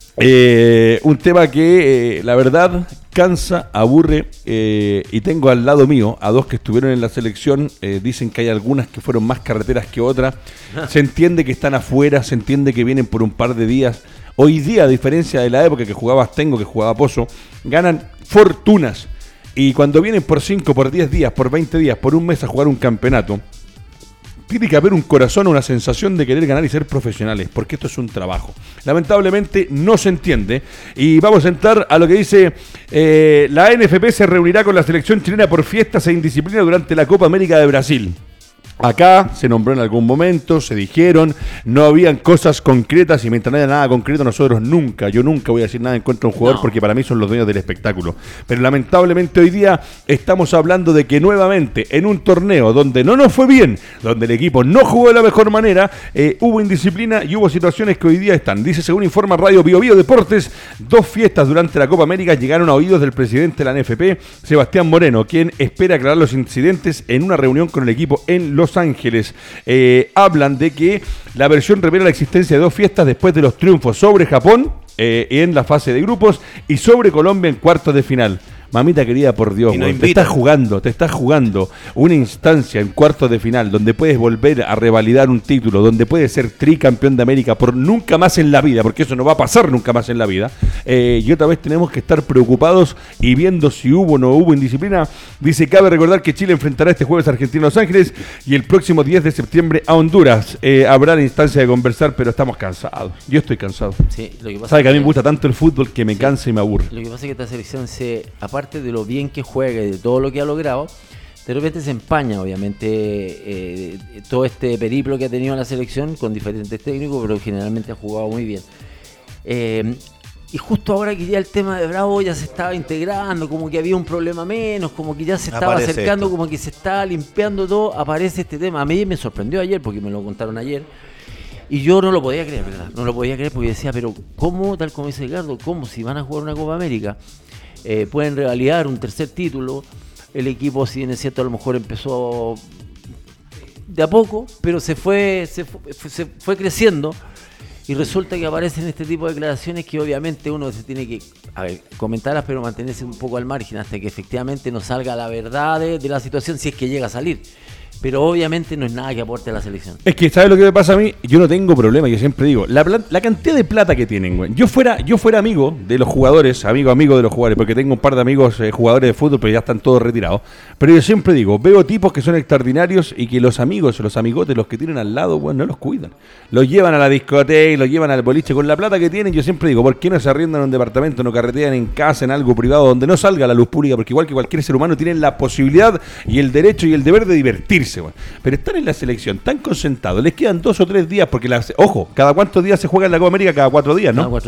eh, un tema que eh, la verdad cansa, aburre, eh, y tengo al lado mío a dos que estuvieron en la selección. Eh, dicen que hay algunas que fueron más carreteras que otras. Se entiende que están afuera, se entiende que vienen por un par de días. Hoy día, a diferencia de la época que jugaba Astengo, que jugaba Pozo, ganan fortunas, y cuando vienen por cinco, por diez días, por veinte días, por un mes a jugar un campeonato, tiene que haber un corazón, una sensación de querer ganar y ser profesionales, porque esto es un trabajo. Lamentablemente no se entiende, y vamos a entrar a lo que dice eh, la N F P se reunirá con la selección chilena por fiestas e indisciplina durante la Copa América de Brasil. Acá se nombró en algún momento, se dijeron, no habían cosas concretas, y mientras no haya nada concreto, nosotros nunca, yo nunca voy a decir nada en contra de un jugador, no, porque para mí son los dueños del espectáculo. Pero lamentablemente hoy día estamos hablando de que nuevamente en un torneo donde no nos fue bien, donde el equipo no jugó de la mejor manera, eh, hubo indisciplina y hubo situaciones que hoy día están. Dice, según informa Radio Bio Bio Deportes, dos fiestas durante la Copa América llegaron a oídos del presidente de la N F P, Sebastián Moreno, quien espera aclarar los incidentes en una reunión con el equipo en Los Ángeles. Eh, hablan de que la versión revela la existencia de dos fiestas después de los triunfos sobre Japón eh, en la fase de grupos y sobre Colombia en cuartos de final. Mamita querida, por Dios, no te estás jugando, te estás jugando una instancia en cuartos de final donde puedes volver a revalidar un título, donde puedes ser tricampeón de América por nunca más en la vida, porque eso no va a pasar nunca más en la vida. Eh, y otra vez tenemos que estar preocupados y viendo si hubo o no hubo indisciplina. Dice, cabe recordar que Chile enfrentará este jueves a Argentina en Los Ángeles y el próximo diez de septiembre a Honduras. Eh, habrá la instancia de conversar, pero estamos cansados. Yo estoy cansado. Sí, lo que pasa ¿Sabe que a mí me gusta tanto el fútbol que me sí, cansa y me aburre? Lo que pasa es que esta selección se... aparte de lo bien que juega y de todo lo que ha logrado, de repente se empaña, obviamente, eh, todo este periplo que ha tenido la selección con diferentes técnicos, pero generalmente ha jugado muy bien. Eh, y justo ahora que ya el tema de Bravo ya se estaba integrando, como que había un problema menos, como que ya se estaba aparece acercando, esto. Como que se estaba limpiando todo, aparece este tema. A mí me sorprendió ayer, porque me lo contaron ayer, y yo no lo podía creer, ¿verdad? No lo podía creer porque decía, pero ¿cómo, tal como dice Ricardo, cómo si van a jugar una Copa América? Eh, pueden revalidar un tercer título. El equipo, si bien es cierto, a lo mejor empezó de a poco, pero se fue, se fue, se fue creciendo, y resulta que aparecen este tipo de declaraciones que obviamente uno se tiene que, a ver, comentarlas, pero mantenerse un poco al margen hasta que efectivamente nos salga la verdad de, de la situación, si es que llega a salir. Pero obviamente no es nada que aporte a la selección. Es que, ¿sabes lo que me pasa a mí? Yo no tengo problema, yo siempre digo, la, la cantidad de plata que tienen, güey. Yo fuera, yo fuera amigo de los jugadores, amigo, amigo de los jugadores, porque tengo un par de amigos eh, jugadores de fútbol, pero ya están todos retirados. Pero yo siempre digo, veo tipos que son extraordinarios y que los amigos, los amigotes, los que tienen al lado, güey, no los cuidan. Los llevan a la discoteca, los llevan al boliche con la plata que tienen. Yo siempre digo, ¿por qué no se arriendan en un departamento, no carretean en casa, en algo privado, donde no salga la luz pública? Porque igual que cualquier ser humano tienen la posibilidad y el derecho y el deber de divertirse, güey. Pero está en la selección tan concentrados, les quedan dos o tres días, porque las, ojo, cada cuántos días se juega en la Copa América, cada cuatro días, ¿no? Cada cuatro días.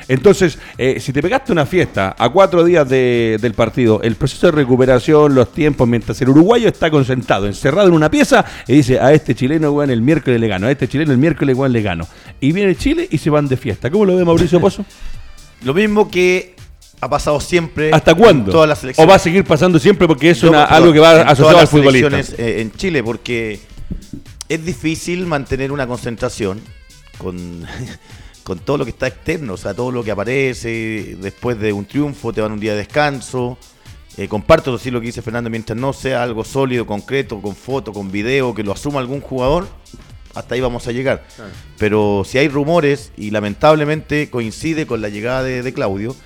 Entonces, eh, si te pegaste una fiesta a cuatro días de, del partido, el proceso de recuperación, los tiempos, mientras el uruguayo está concentrado, encerrado en una pieza, y dice, a este chileno, weón, el miércoles le gano, a este chileno el miércoles, weón, le gano. Y viene Chile y se van de fiesta. ¿Cómo lo ve Mauricio Pozo? Lo mismo que ha pasado siempre. ¿Hasta cuándo? En todas las ¿O va a seguir pasando siempre porque es Yo, una, pero, algo que va en asociado todas al las futbolista? selecciones, eh, en Chile, porque es difícil mantener una concentración con, con todo lo que está externo, o sea, todo lo que aparece después de un triunfo, te van un día de descanso. Eh, comparto sí lo que dice Fernando, mientras no sea algo sólido, concreto, con foto, con video, que lo asuma algún jugador, hasta ahí vamos a llegar. Claro. Pero si hay rumores, y lamentablemente coincide con la llegada de, de Claudio,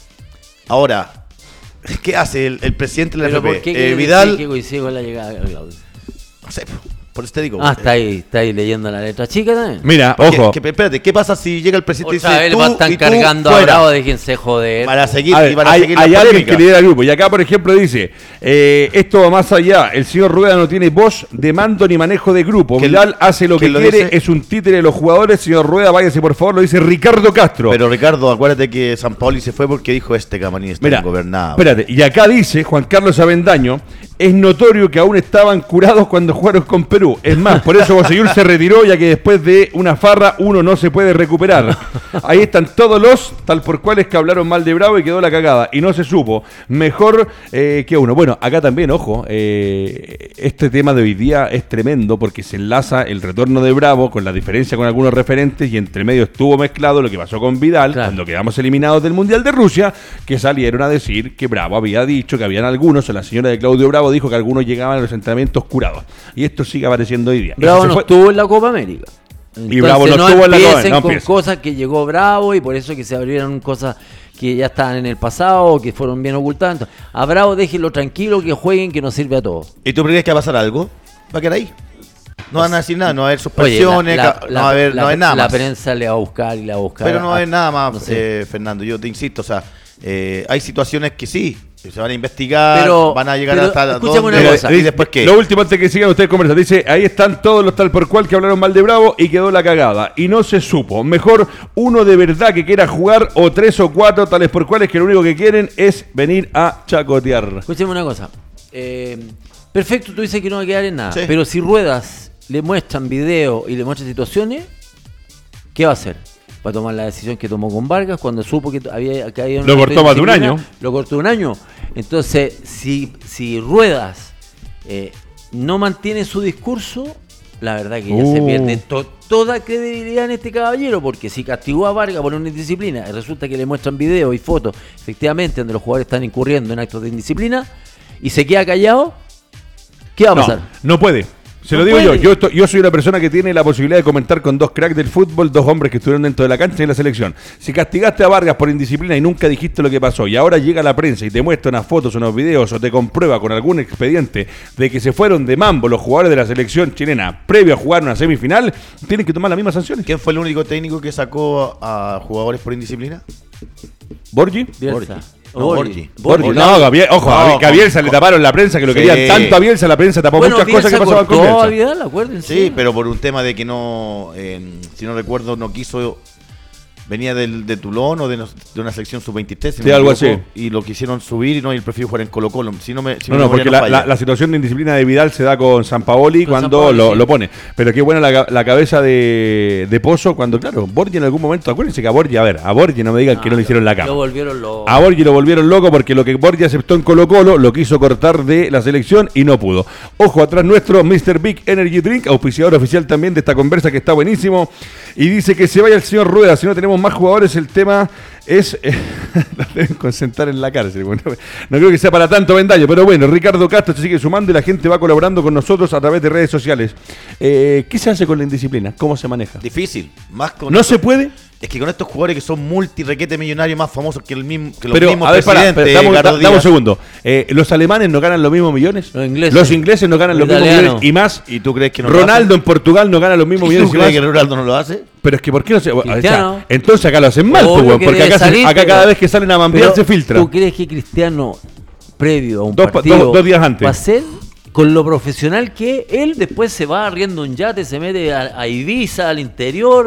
ahora, ¿qué hace el, el presidente de la F P? ¿Por qué eh, Vidal? ¿Qué coincide con la llegada de Claudio? No sé, por eso te digo. Ah, está ahí, está ahí leyendo la letra chica también. Mira, Porque, ojo. Que, espérate, ¿qué pasa si llega el presidente Otra y dice vez tú están y tú cargando fuera? a Bravo, déjense joder. Para seguir, A ver, y para hay seguir hay la alguien polémica. que lidera el grupo. Y acá, por ejemplo, dice, eh, esto va más allá. El señor Rueda no tiene voz de mando ni manejo de grupo. ¿Quién- Vidal hace lo que quién lo quiere, dice? es un títere de los jugadores. Señor Rueda, váyase por favor, lo dice Ricardo Castro. Pero Ricardo, acuérdate que San Paoli se fue porque dijo este camarín está Mira, ingobernado. espérate, y acá dice Juan Carlos Avendaño, es notorio que aún estaban curados cuando jugaron con Perú. Es más, por eso Bosellur se retiró, ya que después de una farra uno no se puede recuperar. Ahí están todos los tal por cuales que hablaron mal de Bravo y quedó la cagada. Y no se supo. Mejor eh, que uno. Bueno, acá también, ojo, eh, este tema de hoy día es tremendo porque se enlaza el retorno de Bravo con la diferencia con algunos referentes y entre medio estuvo mezclado lo que pasó con Vidal, claro, cuando quedamos eliminados del Mundial de Rusia, que salieron a decir que Bravo había dicho que habían algunos, o la señora de Claudio Bravo dijo que algunos llegaban a los entrenamientos curados. Y esto sigue apareciendo hoy día. Bravo no estuvo en la Copa América. Entonces, y Bravo no, no estuvo en la Copa. No con empieza. cosas que llegó Bravo y por eso que se abrieron cosas que ya estaban en el pasado o que fueron bien ocultadas. Entonces, a Bravo déjenlo tranquilo, que jueguen, que nos sirve a todos. ¿Y tú crees que va a pasar algo? ¿Va a quedar ahí? No van a decir nada, no va a haber suspensiones, Oye, la, la, no va a haber, la, no va a haber nada la más. La prensa le va a buscar y le va a buscar. Pero no va a haber nada más, no sé. eh, Fernando, yo te insisto, o sea, eh, hay situaciones que sí, se van a investigar, pero, van a llegar pero, hasta escúchame dónde, una cosa. y después qué. Lo último antes que sigan ustedes conversando, dice, ahí están todos los tal por cual que hablaron mal de Bravo y quedó la cagada. Y no se supo. Mejor uno de verdad que quiera jugar o tres o cuatro tales por cuales que lo único que quieren es venir a chacotear. Escúchame una cosa. Eh, perfecto, tú dices que no va a quedar en nada. Sí. Pero si Ruedas le muestran video y le muestran situaciones, ¿qué va a hacer? Va a tomar la decisión que tomó con Vargas cuando supo que había que había Lo cortó más de un año. Lo cortó un año. Entonces, si, si Ruedas eh, no mantiene su discurso, la verdad que ya uh. se pierde to, toda credibilidad en este caballero, porque si castigó a Vargas por una indisciplina y resulta que le muestran videos y fotos, efectivamente, donde los jugadores están incurriendo en actos de indisciplina, y se queda callado, ¿qué va a pasar? No, no puede. Se No lo digo puede. yo. Yo, estoy- yo soy una persona que tiene la posibilidad de comentar con dos cracks del fútbol, dos hombres que estuvieron dentro de la cancha y en la selección. Si castigaste a Vargas por indisciplina y nunca dijiste lo que pasó, y ahora llega la prensa y te muestra unas fotos, unos videos o te comprueba con algún expediente de que se fueron de mambo los jugadores de la selección chilena previo a jugar una semifinal, tienen que tomar las mismas sanciones. ¿Quién fue el único técnico que sacó a, a jugadores por indisciplina? ¿Borgi? Bielsa. No, Borgi. Borgi. Borgi. No, Gabriel, ojo, No, que a Bielsa con- le taparon la prensa, que lo Sí. querían tanto a Bielsa, la prensa tapó Bueno, muchas cosas que Bielsa pasaban con cortó a Bielsa. Vidal, acuérdense. Sí, pero por un tema de que no, eh, si no recuerdo, no quiso, venía del, de Toulon o de, nos- de una selección sub veintitrés, si Sí, no me algo equivoco, así. y lo quisieron subir y no, y él prefirió jugar en Colo Colo. Si no me, si No, mi no, memoria porque la, falla. la- la situación de indisciplina de Vidal se da con Sampaoli Con cuando Sampaoli, lo, sí. lo pone. Pero qué buena la, la cabeza de, de Pozo cuando, claro, Borgi en algún momento, acuérdense que a Borgi, a ver, a Borgi no me digan que no le hicieron la Lo cama. volvieron los... A Borgi lo volvieron loco porque lo que Borgi aceptó en Colo Colo lo quiso cortar de la selección y no pudo. Ojo, atrás nuestro mister Big Energy Drink, auspiciador oficial también de esta conversa que está buenísimo. Y dice que se vaya el señor Rueda, si no tenemos más jugadores el tema es... Eh, lo deben concentrar en la cárcel. Bueno, no creo que sea para tanto vendaño, pero bueno, Ricardo Castro se sigue sumando y la gente va colaborando con nosotros a través de redes sociales. Eh, ¿Qué se hace con la indisciplina? ¿Cómo se maneja? Difícil. Más con ¿No esto- se puede? Es que con estos jugadores que son multirequete millonarios más famosos que, el mismo, que los Pero, mismos a ver, pará, presidentes, pero dame, Carlos da- dame un Díaz. segundo. Eh, ¿Los alemanes no ganan los mismos millones? Los ingleses. Los ingleses no ganan Los los mismos italianos. millones y más. ¿Y tú crees que no lo Ronaldo en Portugal no gana los mismos hace? ¿Y millones tú y crees más. que Ronaldo no lo hace? Pero es que ¿por qué no se...? O sea, Cristiano. entonces acá lo hacen mal, Obvio pues, weón, que porque debe acá, se- salir, acá pero- cada vez que salen a mambiar Pero, se filtra. ¿Tú crees que Cristiano, previo a un Dos pa- partido, dos- dos días antes. va a ser con lo profesional que él después se va arriendo un yate, se mete a, a Ibiza, al interior,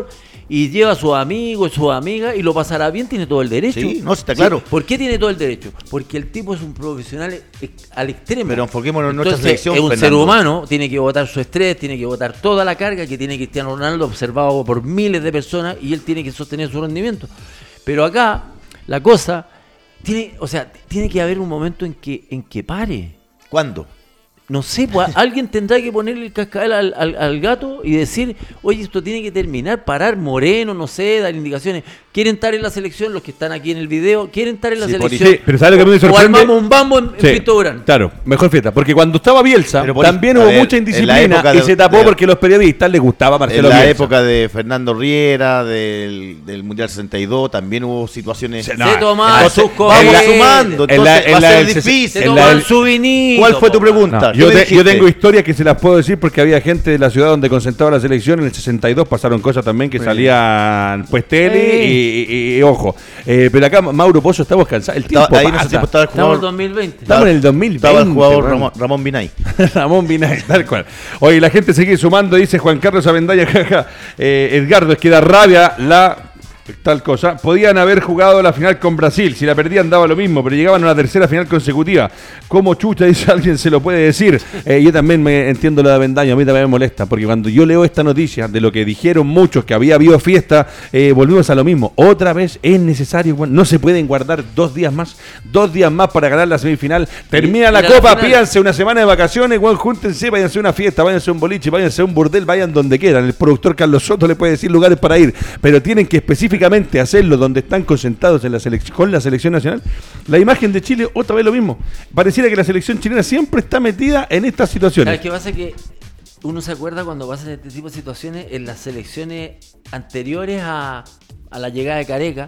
y lleva a sus amigos, sus amigas y lo pasará bien, tiene todo el derecho. Sí, no, está claro. Sí. ¿Por qué tiene todo el derecho? Porque el tipo es un profesional al extremo. Pero enfoquémonos en Entonces, nuestra selección, es un Fernando. ser humano, tiene que botar su estrés, tiene que botar toda la carga que tiene Cristiano Ronaldo, observado por miles de personas, y él tiene que sostener su rendimiento. Pero acá, la cosa, tiene, o sea, tiene que haber un momento en que, en que pare. ¿Cuándo? No sé, pues alguien tendrá que ponerle el cascabel al, al, al gato y decir, oye, esto tiene que terminar, parar, Moreno, no sé, dar indicaciones. ¿Quieren estar en la selección? Los que están aquí en el video, ¿quieren estar en la sí, selección? Sí, pero ¿sabes lo que me sorprende? O armamos un bambo en, sí, en Pinto Durán. Claro, mejor fiesta. Porque cuando estaba Bielsa, por, también hubo ver, mucha indisciplina y de, se tapó de, porque a los periodistas les gustaba Marcelo Bielsa. En la Bielsa. época de Fernando Riera, del, del Mundial sesenta y dos, también hubo situaciones... Se, no, se tomaban sus Vamos la, sumando, entonces la, va a ser el, difícil. Se tomaban su vinito. ¿Cuál fue tu pregunta? No, yo, te, yo tengo historias que se las puedo decir porque había gente de la ciudad donde concentraba la selección. En el sesenta y dos pasaron cosas también que sí. salían pues tele sí. y, y, y ojo. Eh, pero acá, Mauro Pozo, estamos cansados. El tiempo ahí pasa. Tiempo estaba el jugador, estamos en dos mil veinte. Estamos en el dos mil veinte. Estaba el jugador Ramón, Ramón Binay. Ramón Binay, tal cual. Oye, la gente sigue sumando, dice Juan Carlos Avendaya, jaja. Eh, Edgardo, es que da rabia la... tal cosa, podían haber jugado la final con Brasil, si la perdían daba lo mismo, pero llegaban a una tercera final consecutiva. ¿Cómo chucha, dice alguien, se lo puede decir? Eh, yo también me entiendo lo de Avendaño, a mí también me molesta, porque cuando yo leo esta noticia de lo que dijeron muchos, que había habido fiesta, eh, volvimos a lo mismo. Otra vez es necesario, bueno, no se pueden guardar dos días más, dos días más para ganar la semifinal. Termina la copa, pídanse una semana de vacaciones, bueno, júntense, váyanse a una fiesta, váyanse a un boliche, váyanse a un burdel, vayan donde quieran. El productor Carlos Soto le puede decir lugares para ir, pero tienen que especificar hacerlo donde están concentrados en la selección, con la selección nacional. La imagen de Chile, otra vez lo mismo. Pareciera que la selección chilena siempre está metida en estas situaciones. ¿Sabes qué pasa? Que uno se acuerda cuando pasan este tipo de situaciones en las selecciones anteriores a, a la llegada de Careca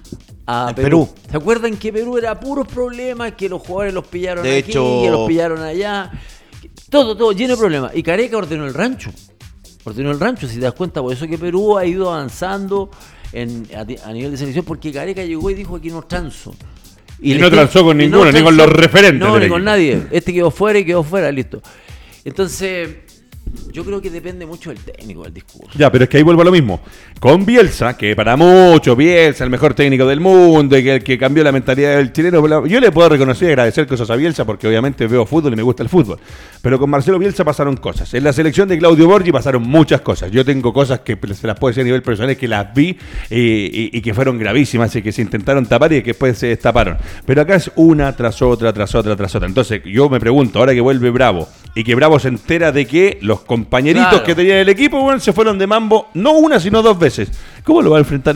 a Perú. Perú. ¿Se acuerdan que Perú era puros problemas? Que los jugadores los pillaron de aquí, hecho... que los pillaron allá. Todo, todo lleno de problemas. Y Careca ordenó el rancho. Ordenó el rancho, si te das cuenta. Por eso que Perú ha ido avanzando En, a, a nivel de selección, porque Careca llegó y dijo: aquí no transo. Y, y no transó con ninguno, no ni con los referentes. No, ni equipo. con nadie. Este quedó fuera y quedó fuera, listo. Entonces, yo creo que depende mucho del técnico, del discurso. Ya, pero es que ahí vuelvo a lo mismo. Con Bielsa, que para muchos, Bielsa, el mejor técnico del mundo, y que el que cambió la mentalidad del chileno, yo le puedo reconocer y agradecer cosas a Bielsa, porque obviamente veo fútbol y me gusta el fútbol. Pero con Marcelo Bielsa pasaron cosas. En la selección de Claudio Borgi pasaron muchas cosas. Yo tengo cosas que se las puedo decir a nivel personal, que las vi eh, y, y que fueron gravísimas y que se intentaron tapar y que después se destaparon. Pero acá es una tras otra, tras otra, tras otra. Entonces yo me pregunto, ahora que vuelve Bravo, y que Bravo se entera de que los compañeritos claro. que tenía el equipo, bueno, se fueron de mambo, no una, sino dos veces. ¿Cómo lo va a enfrentar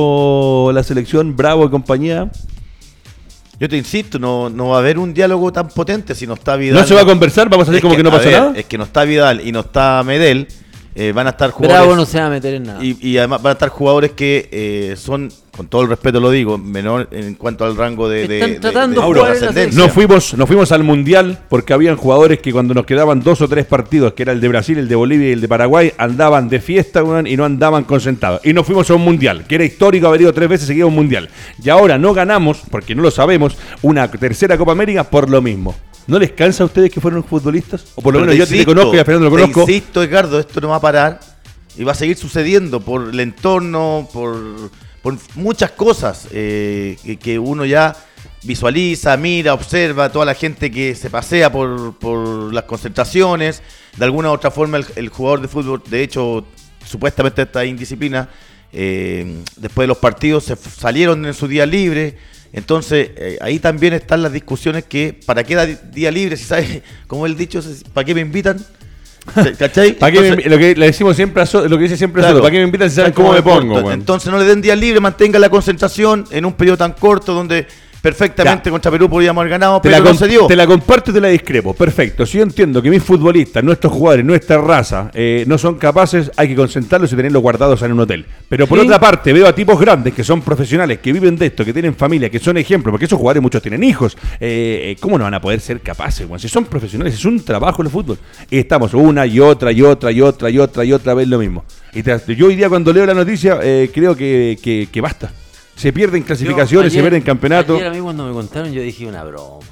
eso la selección Bravo y compañía? Yo te insisto, no, no va a haber un diálogo tan potente si no está Vidal. ¿No se va a conversar? ¿Vamos a hacer como que, que no pasa ver, nada? Es que no está Vidal y no está Medel. Eh, van a estar jugadores. Bravo no se va a meter en nada. Y, y además van a estar jugadores que eh, son, con todo el respeto lo digo, menor en cuanto al rango de, de, Están tratando de, de, de, de ascendencia. No fuimos, nos fuimos al Mundial porque habían jugadores que cuando nos quedaban dos o tres partidos, que era el de Brasil, el de Bolivia y el de Paraguay, andaban de fiesta, bueno, y no andaban concentrados. Y nos fuimos a un Mundial, que era histórico haber ido tres veces seguido a un Mundial. Y ahora no ganamos, porque no lo sabemos, una tercera Copa América por lo mismo. ¿No les cansa a ustedes que fueron futbolistas? O por lo menos yo te conozco y a Fernando lo conozco. Te insisto, Edgardo, esto no va a parar y va a seguir sucediendo por el entorno, por, por muchas cosas eh, que, que uno ya visualiza, mira, observa, toda la gente que se pasea por, por las concentraciones. De alguna u otra forma el, el jugador de fútbol, de hecho, supuestamente esta indisciplina, eh, después de los partidos se f- salieron en su día libre. Entonces, eh, ahí también están las discusiones que, ¿para qué da día libre? Si sabes, como el dicho, ¿para qué me invitan? ¿Cachai? ¿Para qué me, lo que le decimos siempre a so, lo que dice siempre claro, Soto, ¿para qué me invitan si saben cómo me pongo? Bueno. Entonces no le den día libre, mantengan la concentración en un periodo tan corto donde perfectamente ya. Contra Perú podríamos haber ganado, te pero no se dio. Te la comparto y te la discrepo. Perfecto. Si yo entiendo que mis futbolistas, nuestros jugadores, nuestra raza, eh, no son capaces, hay que concentrarlos y tenerlos guardados en un hotel. Pero por ¿sí? otra parte, veo a tipos grandes que son profesionales, que viven de esto, que tienen familia, que son ejemplos, porque esos jugadores muchos tienen hijos. Eh, ¿Cómo no van a poder ser capaces? Bueno, si son profesionales, es un trabajo el fútbol. Y estamos una y otra y otra y otra y otra y otra vez lo mismo. Y te, yo hoy día cuando leo la noticia, eh, creo que, que, que basta. Se pierden clasificaciones, yo, ayer, se pierden campeonatos. Ayer a mí cuando me contaron yo dije una broma.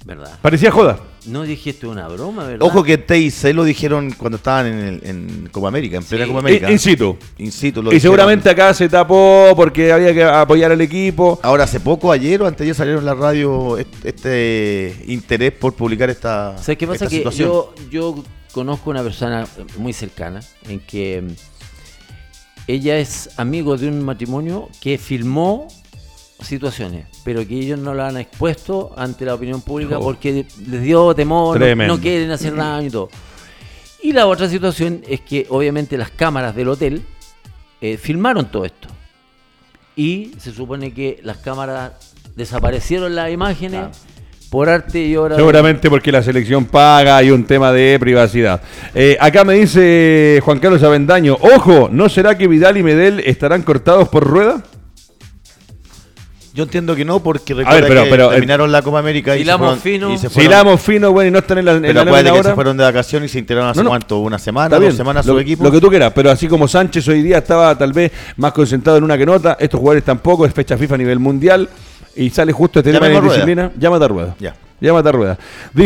¿Verdad? Parecía joda. No dijiste una broma, ¿verdad? Ojo que T I C lo dijeron cuando estaban en, el, en Copa América, en plena Sí. Copa América. In, in situ. In situ lo Y dijeron. seguramente acá se tapó porque había que apoyar al equipo. Ahora, hace poco, ayer o antes de ayer salieron en la radio este, este interés por publicar esta ¿Sabes qué pasa? esta Que situación. yo, yo conozco una persona muy cercana en que ella es amigo de un matrimonio que filmó situaciones, pero que ellos no la han expuesto ante la opinión pública Oh. porque les dio temor, no, Tremendo. no quieren hacer daño y todo. Y la otra situación es que obviamente las cámaras del hotel eh, filmaron todo esto. Y se supone que las cámaras desaparecieron las imágenes por arte y obra. Seguramente porque la selección paga, hay un tema de privacidad. Eh, acá me dice Juan Carlos Avendaño, ojo, ¿no será que Vidal y Medel estarán cortados por Rueda? Yo entiendo que no, porque recuerda ver, pero- que pero, terminaron la Copa América y se Hilamos fueron, fino. y se Si fueron- damos fino, bueno, y no están en la, en pero la acuérdate nómina que ahora. se fueron de vacaciones y se integraron hace No, no. cuánto, una semana, Está dos bien, semanas lo, su equipo. lo que tú quieras, pero así como Sánchez hoy día estaba tal vez más concentrado en una que en otra, estos jugadores tampoco, es fecha FIFA a nivel mundial y sale justo este tema de Llamemos a Rueda. disciplina. Llámate a Rueda. Ya. Llámate a Rueda.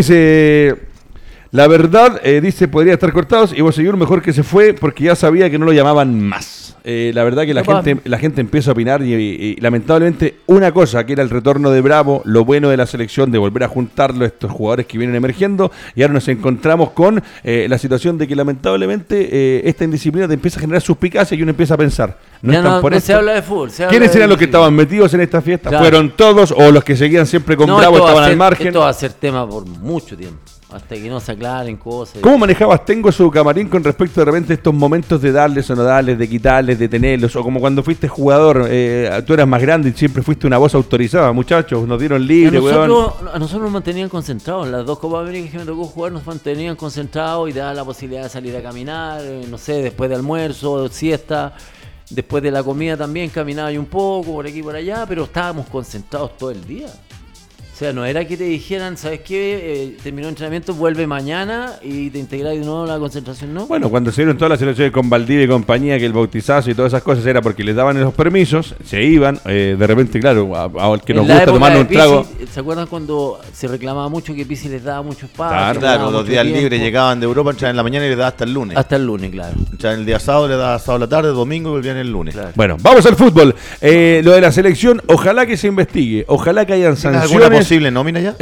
Dice, la verdad, eh, dice, podría estar cortados y Bosellur mejor que se fue porque ya sabía que no lo llamaban más. Eh, la verdad que la Capaz. gente, la gente empieza a opinar y, y- y lamentablemente una cosa que era el retorno de Bravo, lo bueno de la selección de volver a juntarlo, estos jugadores que vienen emergiendo, y ahora nos encontramos con eh, la situación de que lamentablemente eh, esta indisciplina te empieza a generar suspicacia y uno empieza a pensar, no Ya están no, por no esto. se habla de fútbol. se habla ¿Quiénes de eran los que disciplina. estaban metidos en esta fiesta? Claro. ¿Fueron todos o los que seguían siempre con No, Bravo esto va a estaban al ser- margen? Esto va a ser tema por mucho tiempo, hasta que no se aclaren cosas. ¿Cómo manejabas Tengo su camarín con respecto de repente a estos momentos de darles o no darles, de quitarles, de tenerlos? O como cuando fuiste jugador, eh, tú eras más grande y siempre fuiste una voz autorizada. Muchachos, nos dieron A libre, weón. nosotros, a nosotros nos mantenían concentrados. En las dos Copas Américas que me tocó jugar nos mantenían concentrados y daban la posibilidad de salir a caminar, eh, no sé, después de almuerzo, siesta, después de la comida también caminaba yo un poco por aquí y por allá, pero estábamos concentrados todo el día. O sea, no era que te dijeran, ¿sabes qué? Eh, terminó el entrenamiento, vuelve mañana y te integras de nuevo a la concentración, ¿no? Bueno, cuando se dieron todas las elecciones con Valdivia y compañía, que el bautizazo y todas esas cosas era porque les daban los permisos, se iban, eh, de repente, claro, a- a- al que En nos la gusta época tomarnos de un trago. Pizzi, ¿se acuerdan cuando se reclamaba mucho que Pizzi les daba mucho espacio? Claro, les Claro, daba los mucho días tiempo? libres llegaban de Europa, entraban en la mañana y les daba hasta el lunes. Hasta el lunes, claro. Entraban el día sábado, les daba sábado a la tarde, domingo y volvían el lunes. Claro. Bueno, vamos al fútbol. Eh, lo de la selección, ojalá que se investigue, ojalá que hayan ¿Tienes alguna sanciones. posible nómina ya?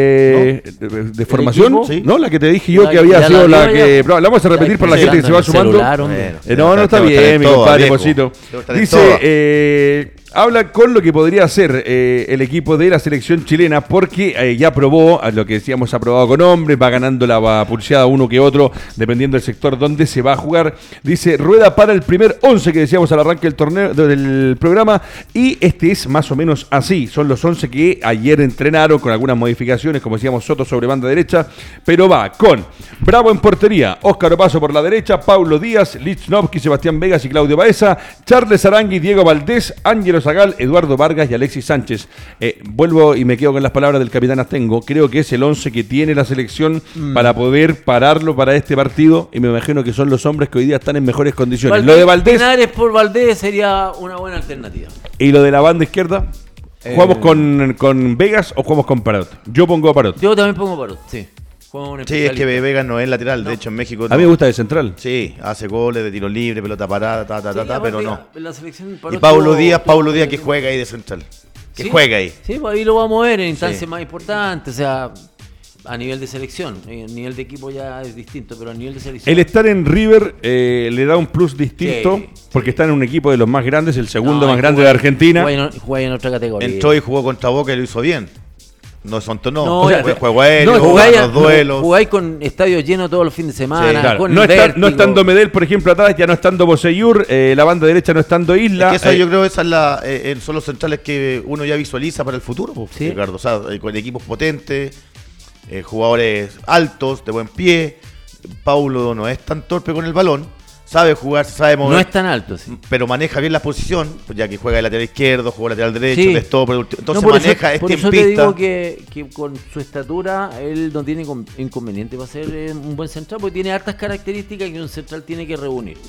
Eh, de, de formación, equipo? Sí. ¿no? La que te dije yo La que que había ya sido la la dio que. ya. pero la vamos a repetir para la Sí, gente que se va en el sumando. celular, hombre. Bueno. Eh, no, no está Debo estar bien, en mi todas, compadre viejo. Posito. Debo estar en Dice, todas. eh, habla con lo que podría hacer eh, el equipo de la selección chilena, porque eh, ya probó, a lo que decíamos, ha probado con hombres, va ganando la va pulseada uno que otro, dependiendo del sector donde se va a jugar. Dice, rueda para el primer once que decíamos al arranque del torneo, del programa, y este es más o menos así. Son los once que ayer entrenaron con algunas modificaciones, como decíamos, Soto sobre banda derecha, pero va con Bravo en portería, Óscar Opaso por la derecha, Paulo Díaz, Lichnowsky, Sebastián Vegas y Claudio Baeza, Charles Arangui, Diego Valdés, Ángelo Zagal, Eduardo Vargas y Alexis Sánchez. Eh, vuelvo y me quedo con las palabras del capitán Astengo. Creo que es el once que tiene la selección mm. para poder pararlo para este partido, y me imagino que son los hombres que hoy día están en mejores condiciones. Valdés, lo de Valdés Pinares por Valdés sería una buena alternativa. y lo de la banda izquierda. Eh, ¿Jugamos con, con Vegas o jugamos con Parot? Yo pongo a Parot. Yo también pongo Parot, sí. Como un Sí, es que especialista. Vega no es lateral, No. de hecho en México A mí me gusta de central. Sí, hace goles de tiro libre, pelota parada, ta, ta, ta, Sí, ta, pero aparte, no. la selección Y Parot Paulo tuvo- Díaz, tuvo- Paulo Díaz que juega ahí de central. Que Sí, juega ahí. Sí, pues ahí lo vamos a ver en instancias Sí. más importantes, o sea, a nivel de selección. A nivel de equipo ya es distinto, pero a nivel de selección. El estar en River eh, le da un plus distinto, Sí, porque está en un equipo de los más grandes, el segundo No, más y grande juega- de Argentina. Juega en, juega en otra categoría. Entró y jugó contra Boca y lo hizo bien. No son no, No, o sea, ya- fue juego aéreo, no, jugáis, los duelos. jugáis con estadios llenos todos los fines de semana. Sí, Claro, con no, está, vértigo. no estando Medel, por ejemplo, atrás, ya no estando Boseyur, eh, la banda derecha no estando Isla. Es que eso eh, yo creo que esas la, eh, son los centrales que uno ya visualiza para el futuro, pues, Sí. Ricardo. O sea, eh, con equipos potentes, eh, jugadores altos, de buen pie. Paulo no es tan torpe con el balón, sabe jugar, sabe mover. No es tan alto, sí. Pero maneja bien la posición, pues ya que juega de lateral izquierdo, juega lateral derecho, Sí. de stopper, entonces No, por maneja, eso, es por eso te tiempista. digo que, que con su estatura él no tiene incon- inconveniente para ser eh, un buen central, porque tiene hartas características que un central tiene que reunir.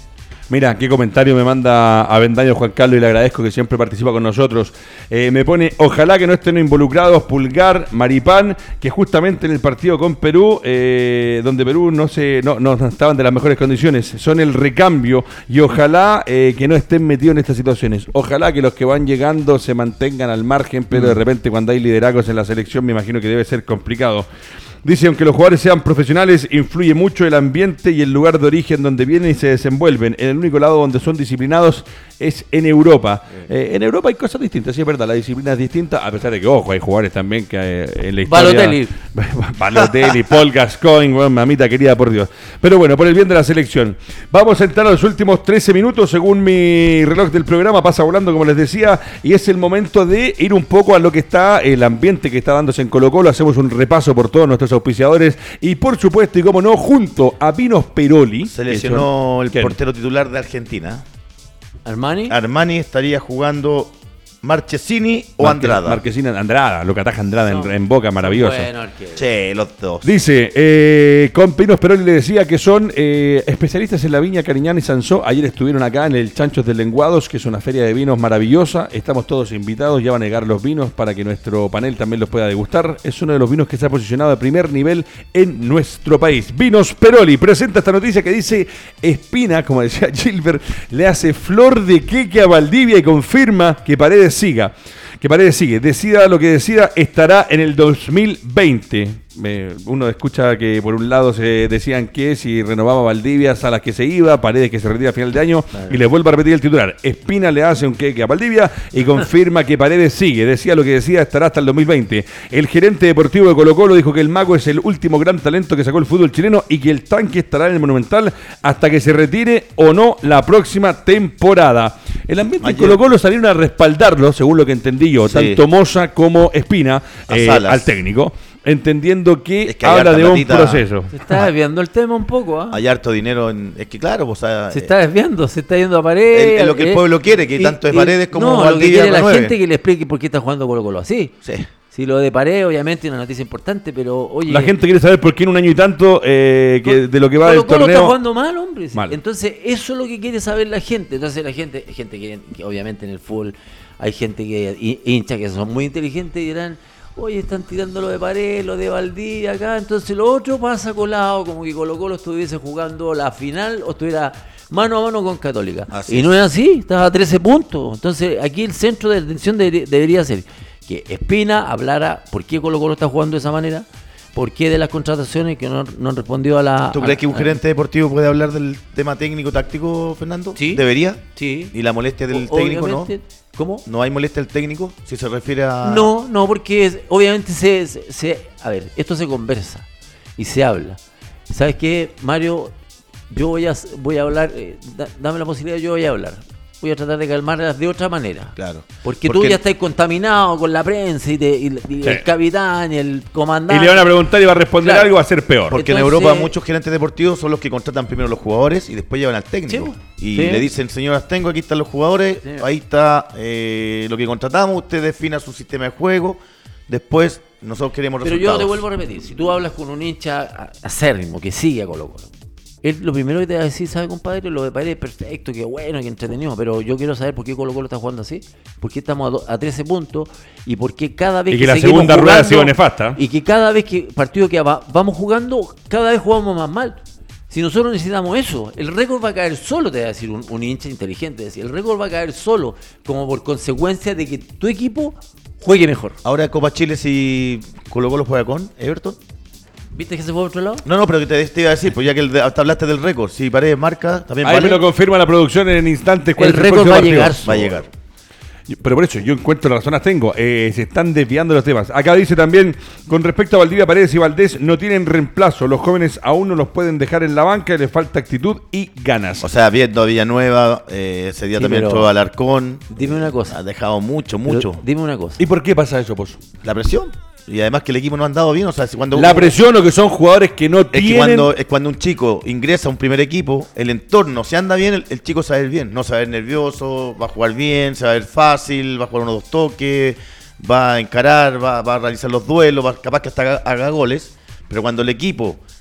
Mira, qué comentario me manda Avendaño Juan Carlos y le agradezco que siempre participa con nosotros. Eh, me pone, ojalá que no estén involucrados Pulgar, Maripán, que justamente en el partido con Perú, eh, donde Perú no, se, no, no estaban de las mejores condiciones, son el recambio y ojalá eh, que no estén metidos en estas situaciones. Ojalá que los que van llegando se mantengan al margen, pero de repente cuando hay liderazgos en la selección me imagino que debe ser complicado. Dice, aunque los jugadores sean profesionales, influye mucho el ambiente y el lugar de origen donde vienen y se desenvuelven. En el único lado donde son disciplinados es en Europa. Eh, en Europa hay cosas distintas, sí es verdad, la disciplina es distinta, a pesar de que, ojo, hay jugadores también que eh, en la historia... Balotelli. Balotelli, Paul Gascoigne, bueno, mamita querida, por Dios. Pero bueno, por el bien de la selección. Vamos a entrar a los últimos trece minutos, según mi reloj del programa, pasa volando, como les decía, y es el momento de ir un poco a lo que está, el ambiente que está dándose en Colo-Colo. Hacemos un repaso por todos nuestros auspiciadores y, por supuesto, y como no, junto a Vinos Peroli. Se lesionó son... el ¿Quién? portero titular de Argentina. ¿Armani? Armani estaría jugando Marchesini o Marque, Andrada. Marchesini Andrada, lo que ataja Andrada no. en, en Boca, maravilloso. Bueno, sí, los dos. Dice, eh, con Pinos Peroli le decía que son eh, especialistas en la viña Cariñán y Sansó. Ayer estuvieron acá en el Chanchos de Lenguados, que es una feria de vinos maravillosa. Estamos todos invitados, ya van a llegar los vinos para que nuestro panel también los pueda degustar. Es uno de los vinos que se ha posicionado a primer nivel en nuestro país. Vinos Peroli presenta esta noticia que dice, Espina, como decía Gilbert, le hace flor de queque a Valdivia y confirma que Paredes siga, que Paredes sigue, decida lo que decida, estará en el dos mil veinte. Eh, uno escucha que por un lado se decían que si renovaba Valdivia, Salas que se iba, Paredes que se retira a final de año, vale. Y les vuelve a repetir el titular. Espina le hace un queque a Valdivia y confirma que Paredes sigue, decía lo que decía, estará hasta el dos mil veinte. El gerente deportivo de Colo-Colo dijo que el Mago es el último gran talento que sacó el fútbol chileno y que el tanque estará en el Monumental hasta que se retire o no la próxima temporada. El ambiente Ayer. de Colo-Colo salieron a respaldarlo, según lo que entendí yo, sí. tanto Moza como Espina, eh, al técnico, entendiendo que, es que habla de un proceso. Se está desviando el tema un poco, ¿eh? Hay harto dinero en... Es que claro, pues... Se está desviando, se está yendo a Paredes. Es lo que el pueblo quiere, que y, tanto es Paredes como no, Valdivia. No, lo que quiere la nueve. gente que le explique por qué está jugando Colo-Colo así. Sí. Si lo de Paredes, obviamente, es una noticia importante, pero oye... La gente quiere saber por qué en un año y tanto eh, que de lo que va Colo-Colo del torneo... está jugando mal, hombre. Mal. Entonces, eso es lo que quiere saber la gente. Entonces, la gente, gente que, que obviamente en el fútbol hay gente que hincha que son muy inteligentes y dirán... Oye, están tirando lo de Paredes, lo de Valdivia acá, entonces lo otro pasa colado, como que Colo-Colo estuviese jugando la final o estuviera mano a mano con Católica. Así y no es así, estaba a trece puntos. Entonces aquí el centro de atención de, debería ser que Espina hablara por qué Colo-Colo está jugando de esa manera, por qué de las contrataciones que no, no han respondido a la... ¿Tú crees a, que un gerente deportivo puede hablar del tema técnico-táctico, Fernando? Sí. ¿Debería? Sí. ¿Y la molestia del o, técnico no? ¿Cómo? ¿No hay molestia del técnico si se refiere a...? No, no, porque es, obviamente se, se, se... A ver, esto se conversa y se habla. ¿Sabes qué, Mario? Yo voy a, voy a hablar, eh, da, dame la posibilidad, yo voy a hablar. Voy a tratar de calmarlas de otra manera. Claro. Porque, porque tú ya estás contaminado con la prensa y, te, y, y sí. el capitán y el comandante. Y le van a preguntar y va a responder claro. algo, va a ser peor. Porque Entonces, en Europa muchos gerentes deportivos son los que contratan primero los jugadores y después llevan al técnico. Sí. Y sí. le dicen, señoras, tengo, aquí están los jugadores, sí. ahí está eh, lo que contratamos, usted defina su sistema de juego, después nosotros queremos Pero resultados. Pero yo te vuelvo a repetir, si tú hablas con un hincha acérrimo que sigue a Colo-Colo, él lo primero que te va a decir, ¿sabe, compadre? Lo de Paredes, perfecto, qué bueno, qué entretenido, pero yo quiero saber por qué Colo-Colo está jugando así, por qué estamos a, do, a trece puntos y por qué cada vez y que, que la segunda rueda ha sido nefasta. Y que cada vez que partido que va, vamos jugando, cada vez jugamos más mal. Si nosotros necesitamos eso, el récord va a caer solo, te va a decir un, un hincha inteligente, decir, el récord va a caer solo, como por consecuencia de que tu equipo juegue mejor. Ahora Copa Chile, si Colo-Colo juega con Everton. ¿Viste que se fue a otro lado? No, no, pero que te, te iba a decir, pues ya que el, hasta hablaste del récord, si Paredes marca, también Ahí vale. me lo confirma la producción en instantes. El récord va a llegar. Va a llegar. Pero por eso, yo encuentro las razones tengo. Eh, se están desviando los temas. Acá dice también, con respecto a Valdivia, Paredes y Valdés, no tienen reemplazo. Los jóvenes aún no los pueden dejar en la banca, les falta actitud y ganas. O sea, viendo a Villanueva, eh, ese día sí, también entró Alarcón. Dime una cosa. Ha dejado mucho, mucho. Pero dime una cosa. ¿Y por qué pasa eso, Pozo? La presión. Y además que el equipo no ha andado bien, o sea, cuando la presión o que son jugadores que no es tienen... Que cuando, es cuando un chico ingresa a un primer equipo, el entorno, si anda bien, el, el chico se va a ver bien, no se va a ver nervioso, va a jugar bien, se va a ver fácil, va a jugar unos dos toques, va a encarar, va, va a realizar los duelos, va, capaz que hasta haga, haga goles, pero cuando el equipo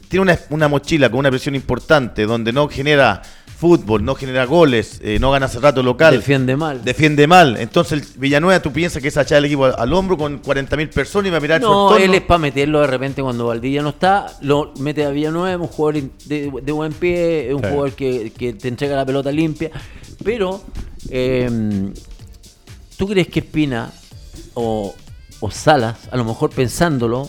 tiene una, una mochila con una presión importante, donde no genera fútbol, no genera goles, eh, no gana hace rato local. Defiende mal. Defiende mal. Entonces, el Villanueva, tú piensas que es echar el equipo al, al hombro con cuarenta mil personas y va a mirar no, su entorno. él es para meterlo de repente cuando Valdivia no está, lo mete a Villanueva, un jugador de, de buen pie, un sí. jugador que, que te entrega la pelota limpia. Pero, eh, ¿tú crees que Espina o, o Salas, a lo mejor pensándolo,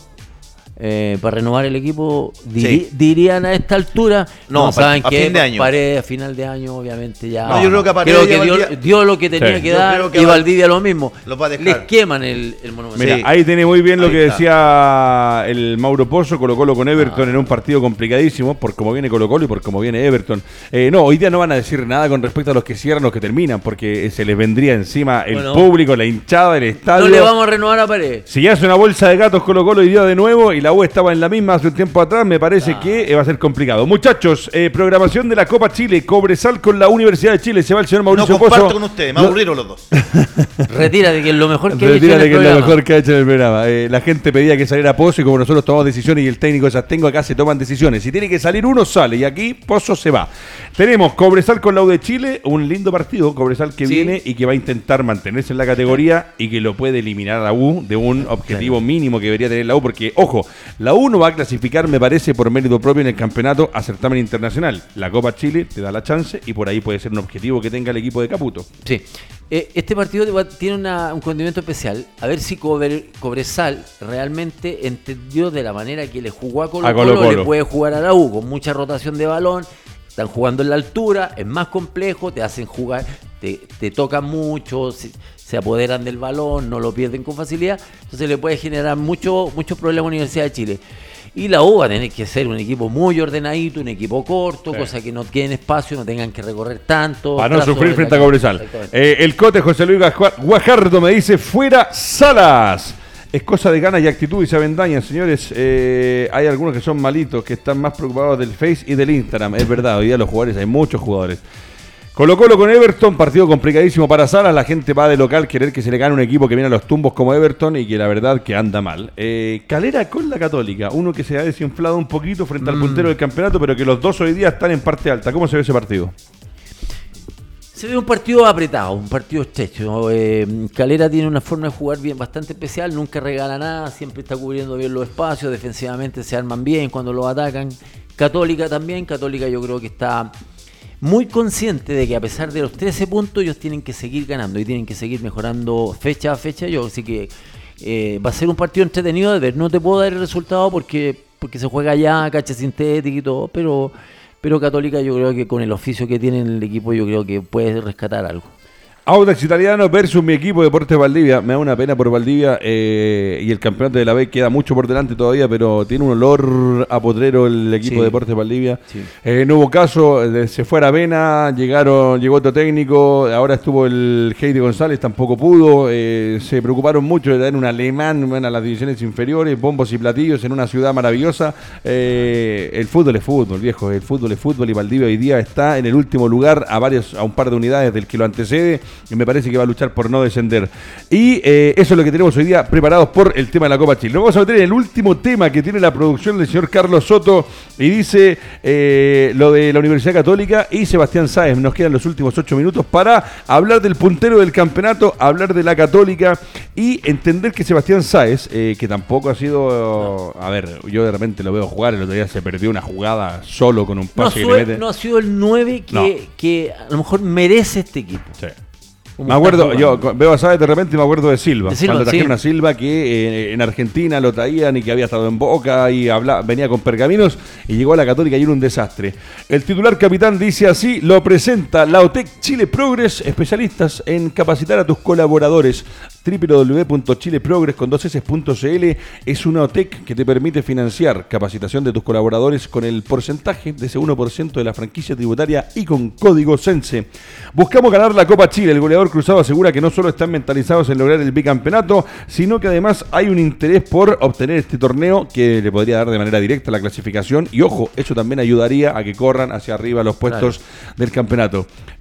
Eh, para renovar el equipo, diri- sí. dirían a esta altura, no, no saben a que fin de año. Paredes a final de año, obviamente ya. No, yo creo que, creo que dio, dio lo que tenía sí. que dar que y Valdivia lo mismo. Lo va a dejar. Les queman el, el monumento. Mira, sí. ahí tiene muy bien lo ahí que está. decía el Mauro Pozo, Colo-Colo con Everton ah. en un partido complicadísimo, por cómo viene Colo-Colo y por cómo viene Everton. Eh, no, hoy día no van a decir nada con respecto a los que cierran, los que terminan, porque se les vendría encima el bueno, público, la hinchada, el estadio. No le vamos a renovar a Paredes. Si ya hace una bolsa de gatos Colo-Colo hoy día de nuevo y la U estaba en la misma hace un tiempo atrás, me parece ah. que va a ser complicado. Muchachos, eh, programación de la Copa Chile, Cobresal con la Universidad de Chile. Se va el señor Mauricio Pozo. No comparto Pozo. con ustedes, me aburrieron los dos. Retírate, que es lo mejor que ha hecho en el que programa. es lo mejor que ha hecho en el programa. Eh, la gente pedía que saliera Pozo y como nosotros tomamos decisiones y el técnico de Sastengo acá se toman decisiones. Si tiene que salir uno, sale. Y aquí Pozo se va. Tenemos Cobresal con la U de Chile, un lindo partido. Cobresal que sí. viene y que va a intentar mantenerse en la categoría y que lo puede eliminar a la U de un objetivo claro. mínimo que debería tener la U. Porque, ojo, la U no va a clasificar, me parece, por mérito propio en el campeonato a certamen internacional. La Copa Chile te da la chance y por ahí puede ser un objetivo que tenga el equipo de Caputo. Sí. Eh, este partido tiene una, un condimento especial. A ver si Cobre, Cobresal realmente entendió de la manera que le jugó a Colo-Colo, le puede jugar a la U con mucha rotación de balón. Están jugando en la altura, es más complejo, te hacen jugar, te, te tocan mucho, se, se apoderan del balón, no lo pierden con facilidad. Entonces le puede generar mucho, muchos problemas a la Universidad de Chile. Y la U va a tener que ser un equipo muy ordenadito, un equipo corto, sí. cosa que no queden espacio, no tengan que recorrer tanto. Para no sufrir frente a Cobresal. Eh, el Cote José Luis Guajardo me dice, fuera Salas. Es cosa de ganas y actitud y se avendañan, señores. Eh, hay algunos que son malitos, que están más preocupados del Face y del Instagram. Es verdad, hoy día los jugadores, hay muchos jugadores. Colo-Colo con Everton, partido complicadísimo para Salas. La gente va de local querer que se le gane un equipo que viene a los tumbos como Everton y que la verdad que anda mal. Eh, Calera con la Católica, uno que se ha desinflado un poquito frente mm. al puntero del campeonato, pero que los dos hoy día están en parte alta. ¿Cómo se ve ese partido? Se ve un partido apretado, un partido estrecho. Eh, Calera tiene una forma de jugar bien bastante especial, nunca regala nada, siempre está cubriendo bien los espacios, defensivamente se arman bien cuando los atacan. Católica también, Católica yo creo que está muy consciente de que a pesar de los trece puntos ellos tienen que seguir ganando y tienen que seguir mejorando fecha a fecha. Yo así que eh, va a ser un partido entretenido de ver. No te puedo dar el resultado porque, porque se juega ya, cancha sintética y todo, pero... Pero Católica yo creo que con el oficio que tiene el equipo yo creo que puede rescatar algo. Audax Italiano versus mi equipo Deportes Valdivia. Me da una pena por Valdivia eh, y el campeonato de la B queda mucho por delante todavía, pero tiene un olor a potrero el equipo sí. de Deportes Valdivia. Sí. Eh, no hubo caso, se fue a Aravena, llegaron, llegó otro técnico, ahora estuvo el Heidi González, tampoco pudo. Eh, se preocuparon mucho de traer un alemán a las divisiones inferiores, bombos y platillos en una ciudad maravillosa. Eh, el fútbol es fútbol, viejo, el fútbol es fútbol y Valdivia hoy día está en el último lugar a varios, a un par de unidades del que lo antecede. Y me parece que va a luchar por no descender. Y eh, eso es lo que tenemos hoy día preparados por el tema de la Copa Chile. Nos vamos a meter en el último tema que tiene la producción del señor Carlos Soto y dice eh, lo de la Universidad Católica y Sebastián Sáez. Nos quedan los últimos ocho minutos para hablar del puntero del campeonato, hablar de la Católica y entender que Sebastián Sáez, eh, que tampoco ha sido... A ver, yo de repente lo veo jugar, el otro día se perdió una jugada solo con un pase no, que le mete. No ha sido el nueve que, no. que a lo mejor merece este equipo. Sí. Me acuerdo, yo veo a Sáez de repente y me acuerdo de Silva, de Silva cuando trajeron sí. a Silva que eh, en Argentina lo traían y que había estado en Boca y habla, venía con pergaminos y llegó a la Católica y era un desastre. El titular capitán dice así, lo presenta la OTEC Chile Progress, especialistas en capacitar a tus colaboradores. doble u doble u doble u punto chile progress con dos eses punto ce ele es una OTEC que te permite financiar capacitación de tus colaboradores con el porcentaje de ese uno por ciento de la franquicia tributaria y con código Sense. Buscamos ganar la Copa Chile. El goleador cruzado asegura que no solo están mentalizados en lograr el bicampeonato, sino que además hay un interés por obtener este torneo que le podría dar de manera directa la clasificación y ojo, eso también ayudaría a que corran hacia arriba los puestos claro. del campeonato.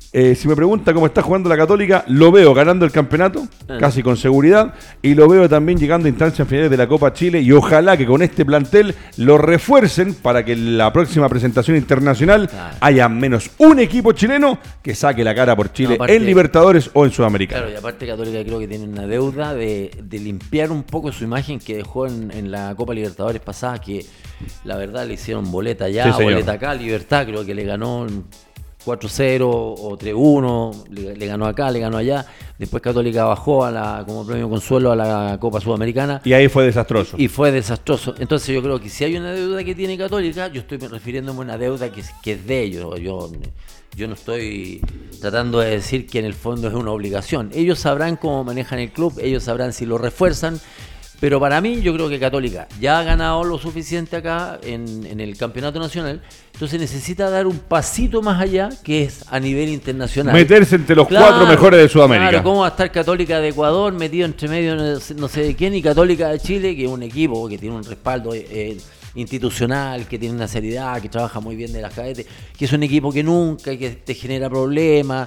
Eh, si me pregunta cómo está jugando la Católica, lo veo ganando el campeonato, ah. casi con seguridad, y lo veo también llegando a instancias finales de la Copa Chile, y ojalá que con este plantel lo refuercen para que en la próxima presentación internacional claro. haya menos un equipo chileno que saque la cara por Chile no, aparte, en Libertadores o en Sudamericana. Claro, y aparte Católica creo que tiene una deuda de, de limpiar un poco su imagen que dejó en, en la Copa Libertadores pasada, que la verdad le hicieron boleta allá, sí, boleta acá, Libertad creo que le ganó cuatro cero o tres uno, le, le ganó acá, le ganó allá. Después Católica bajó a la, como premio consuelo a la Copa Sudamericana. Y ahí fue desastroso. Y fue desastroso. Entonces yo creo que si hay una deuda que tiene Católica, yo estoy refiriéndome a una deuda que, que es de ellos. Yo, yo no estoy tratando de decir que en el fondo es una obligación. Ellos sabrán cómo manejan el club, ellos sabrán si lo refuerzan. Pero para mí, yo creo que Católica ya ha ganado lo suficiente acá en, en el campeonato nacional, entonces necesita dar un pasito más allá, que es a nivel internacional. Meterse entre los claro, cuatro mejores de Sudamérica. Claro, ¿cómo va a estar Católica de Ecuador metido entre medio no sé, no sé de quién y Católica de Chile, que es un equipo que tiene un respaldo eh, institucional, que tiene una seriedad, que trabaja muy bien de las cadetes, que es un equipo que nunca, que te genera problemas.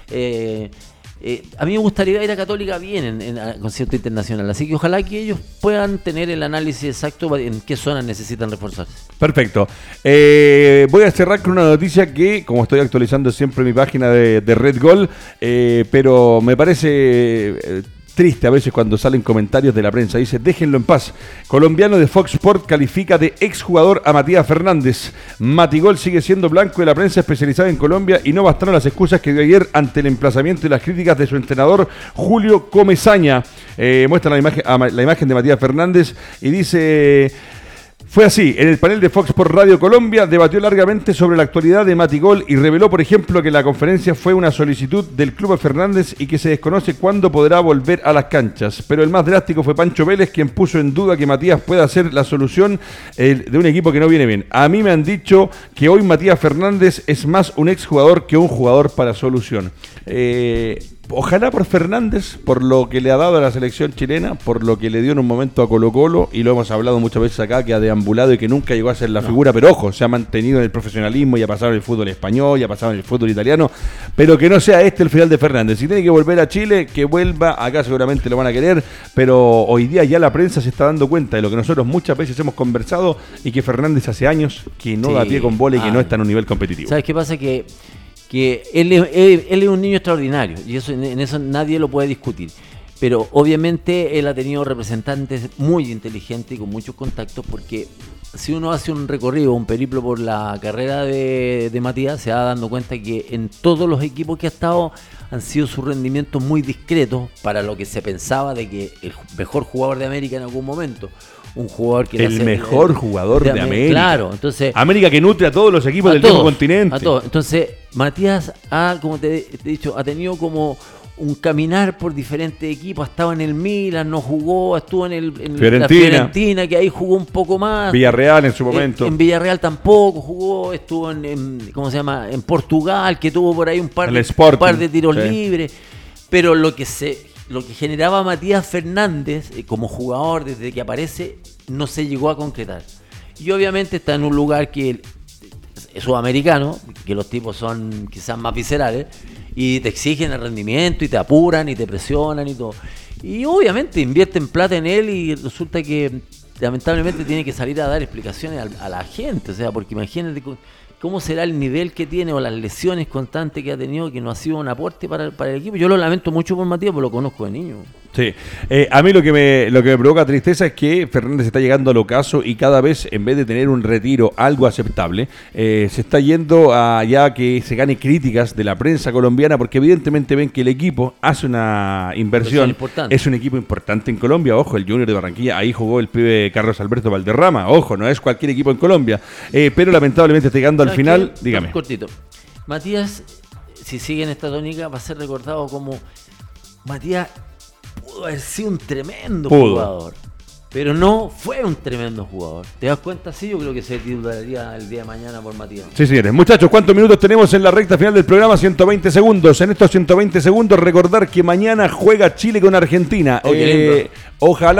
Eh, Eh, a mí me gustaría ir a Católica bien en, en, en concierto internacional, así que ojalá que ellos puedan tener el análisis exacto en qué zonas necesitan reforzarse. Perfecto. Eh, voy a cerrar con una noticia que, como estoy actualizando siempre mi página de, de Red Gol, eh, pero me parece... Eh, triste a veces cuando salen comentarios de la prensa. Dice, déjenlo en paz. Colombiano de Fox Sport califica de exjugador a Matías Fernández. Matigol sigue siendo blanco de la prensa especializada en Colombia y no bastaron las excusas que dio ayer ante el emplazamiento y las críticas de su entrenador Julio Comesaña. Eh, muestra la imagen, la imagen de Matías Fernández y dice... Fue así, en el panel de Fox por Radio Colombia debatió largamente sobre la actualidad de Matigol y reveló, por ejemplo, que la conferencia fue una solicitud del Club Fernández y que se desconoce cuándo podrá volver a las canchas. Pero el más drástico fue Pancho Vélez, quien puso en duda que Matías pueda ser la solución eh, de un equipo que no viene bien. A mí me han dicho que hoy Matías Fernández es más un exjugador que un jugador para solución. Eh... Ojalá por Fernández, por lo que le ha dado a la selección chilena, por lo que le dio en un momento a Colo-Colo, y lo hemos hablado muchas veces acá, que ha deambulado y que nunca llegó a ser la no. figura, pero ojo, se ha mantenido en el profesionalismo y ha pasado en el fútbol español, y ha pasado en el fútbol italiano, pero que no sea este el final de Fernández. Si tiene que volver a Chile, que vuelva, acá seguramente lo van a querer, pero hoy día ya la prensa se está dando cuenta de lo que nosotros muchas veces hemos conversado, y que Fernández hace años que no sí. da pie con bola y ah. que no está en un nivel competitivo. ¿Sabes qué pasa? Que que él es, él, él es un niño extraordinario y eso en eso nadie lo puede discutir, pero obviamente él ha tenido representantes muy inteligentes y con muchos contactos, porque si uno hace un recorrido, un periplo por la carrera de, de Matías, se va dando cuenta que en todos los equipos que ha estado han sido sus rendimientos muy discretos para lo que se pensaba de que el mejor jugador de América en algún momento. Un jugador que el mejor el, jugador de, de América. Claro, entonces América que nutre a todos los equipos del todos, mismo continente. A todos. Entonces, Matías ha, como te, te he dicho, ha tenido como un caminar por diferentes equipos. Ha estado en el Milan, no jugó, estuvo en, el, en Fiorentina. la Fiorentina, que ahí jugó un poco más. Villarreal en su momento. En, en Villarreal tampoco jugó, estuvo en, en ¿cómo se llama? En Portugal, que tuvo por ahí un par, de, un par de tiros sí. libres. Pero lo que se Lo que generaba Matías Fernández eh, como jugador desde que aparece no se llegó a concretar. Y obviamente está en un lugar que es sudamericano, que los tipos son quizás más viscerales y te exigen el rendimiento y te apuran y te presionan y todo. Y obviamente invierten plata en él y resulta que lamentablemente tiene que salir a dar explicaciones a, a la gente. O sea, porque imagínate cómo será el nivel que tiene o las lesiones constantes que ha tenido, que no ha sido un aporte para, para el equipo. Yo lo lamento mucho por Matías, porque lo conozco de niño. Sí, eh, a mí lo que me lo que me provoca tristeza es que Fernández está llegando al ocaso y cada vez, en vez de tener un retiro algo aceptable, eh, se está yendo a ya que se gane críticas de la prensa colombiana, porque evidentemente ven que el equipo hace una inversión, es un equipo importante en Colombia. Ojo, el Junior de Barranquilla, ahí jugó el pibe Carlos Alberto Valderrama, ojo, no es cualquier equipo en Colombia, eh, pero lamentablemente está llegando al final, qué? dígame. Cortito, Matías, si sigue en esta tónica, va a ser recordado como Matías pudo haber sido un tremendo pudo. jugador, pero no fue un tremendo jugador. ¿Te das cuenta? Sí, yo creo que se titularía el día de mañana por Matías. Sí, señores. Muchachos, ¿cuántos minutos tenemos en la recta final del programa? ciento veinte segundos. En estos ciento veinte segundos, recordar que mañana juega Chile con Argentina. Oh, eh, ojalá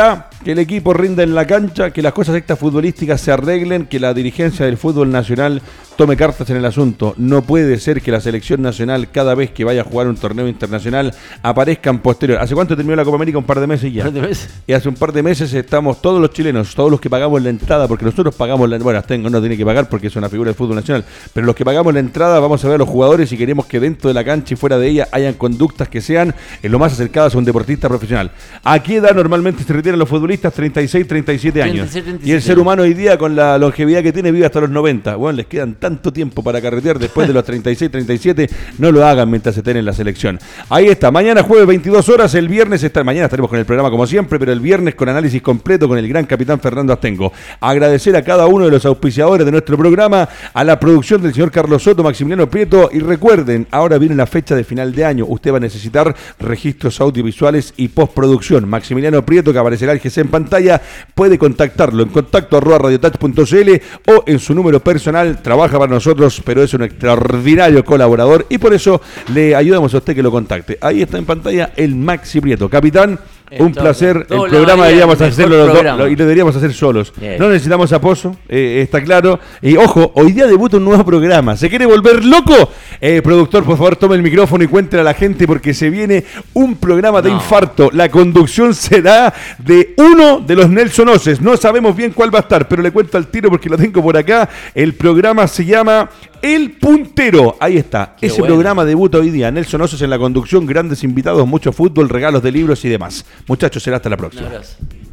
que el equipo rinda en la cancha, que las cosas extrafutbolísticas se arreglen, que la dirigencia del fútbol nacional tome cartas en el asunto. No puede ser que la selección nacional, cada vez que vaya a jugar un torneo internacional, aparezcan posterior. ¿Hace cuánto terminó la Copa América? Un par de meses ya. ¿Un par de meses? Y hace un par de meses estamos todos los chilenos, todos los que pagamos la entrada, porque nosotros pagamos la bueno, Astengo no tiene que pagar porque es una figura del fútbol nacional, pero los que pagamos la entrada vamos a ver a los jugadores y queremos que dentro de la cancha y fuera de ella hayan conductas que sean en lo más acercadas a un deportista profesional. ¿A qué edad normalmente se retiran los futbolistas? treinta y seis, treinta y siete años. treinta y seis, treinta y siete. Y el ser humano hoy día, con la longevidad que tiene, vive hasta los noventa. Bueno, les quedan tanto tiempo para carretear después de los treinta y seis, treinta y siete. No lo hagan mientras estén en la selección. Ahí está. Mañana jueves veintidós horas. El viernes está, mañana estaremos con el programa como siempre, pero el viernes con análisis completo con el gran capitán Fernando Astengo. Agradecer a cada uno de los auspiciadores de nuestro programa, a la producción del señor Carlos Soto, Maximiliano Prieto, y recuerden, ahora viene la fecha de final de año. Usted va a necesitar registros audiovisuales y postproducción. Maximiliano Prieto, que aparecerá el G C en pantalla, puede contactarlo en contacto arroba radiotouch punto c l o en su número personal. Trabaja para nosotros, pero es un extraordinario colaborador y por eso le ayudamos a usted que lo contacte. Ahí está en pantalla el Maxi Prieto. Capitán, un Esto, placer. El programa deberíamos hacerlo los dos y lo deberíamos hacer solos. Bien. No necesitamos apoyo, eh, está claro. Y ojo, hoy día debuta un nuevo programa. ¿Se quiere volver loco? Eh, productor, por favor, tome el micrófono y cuéntele a la gente porque se viene un programa de no. infarto. La conducción será de uno de los Nelson Oces. No sabemos bien cuál va a estar, pero le cuento al tiro porque lo tengo por acá. El programa se llama El Puntero. Ahí está. Qué Ese bueno. programa debuta hoy día. Nelson Oces en la conducción, grandes invitados, mucho fútbol, regalos de libros y demás. Muchachos, será hasta la próxima.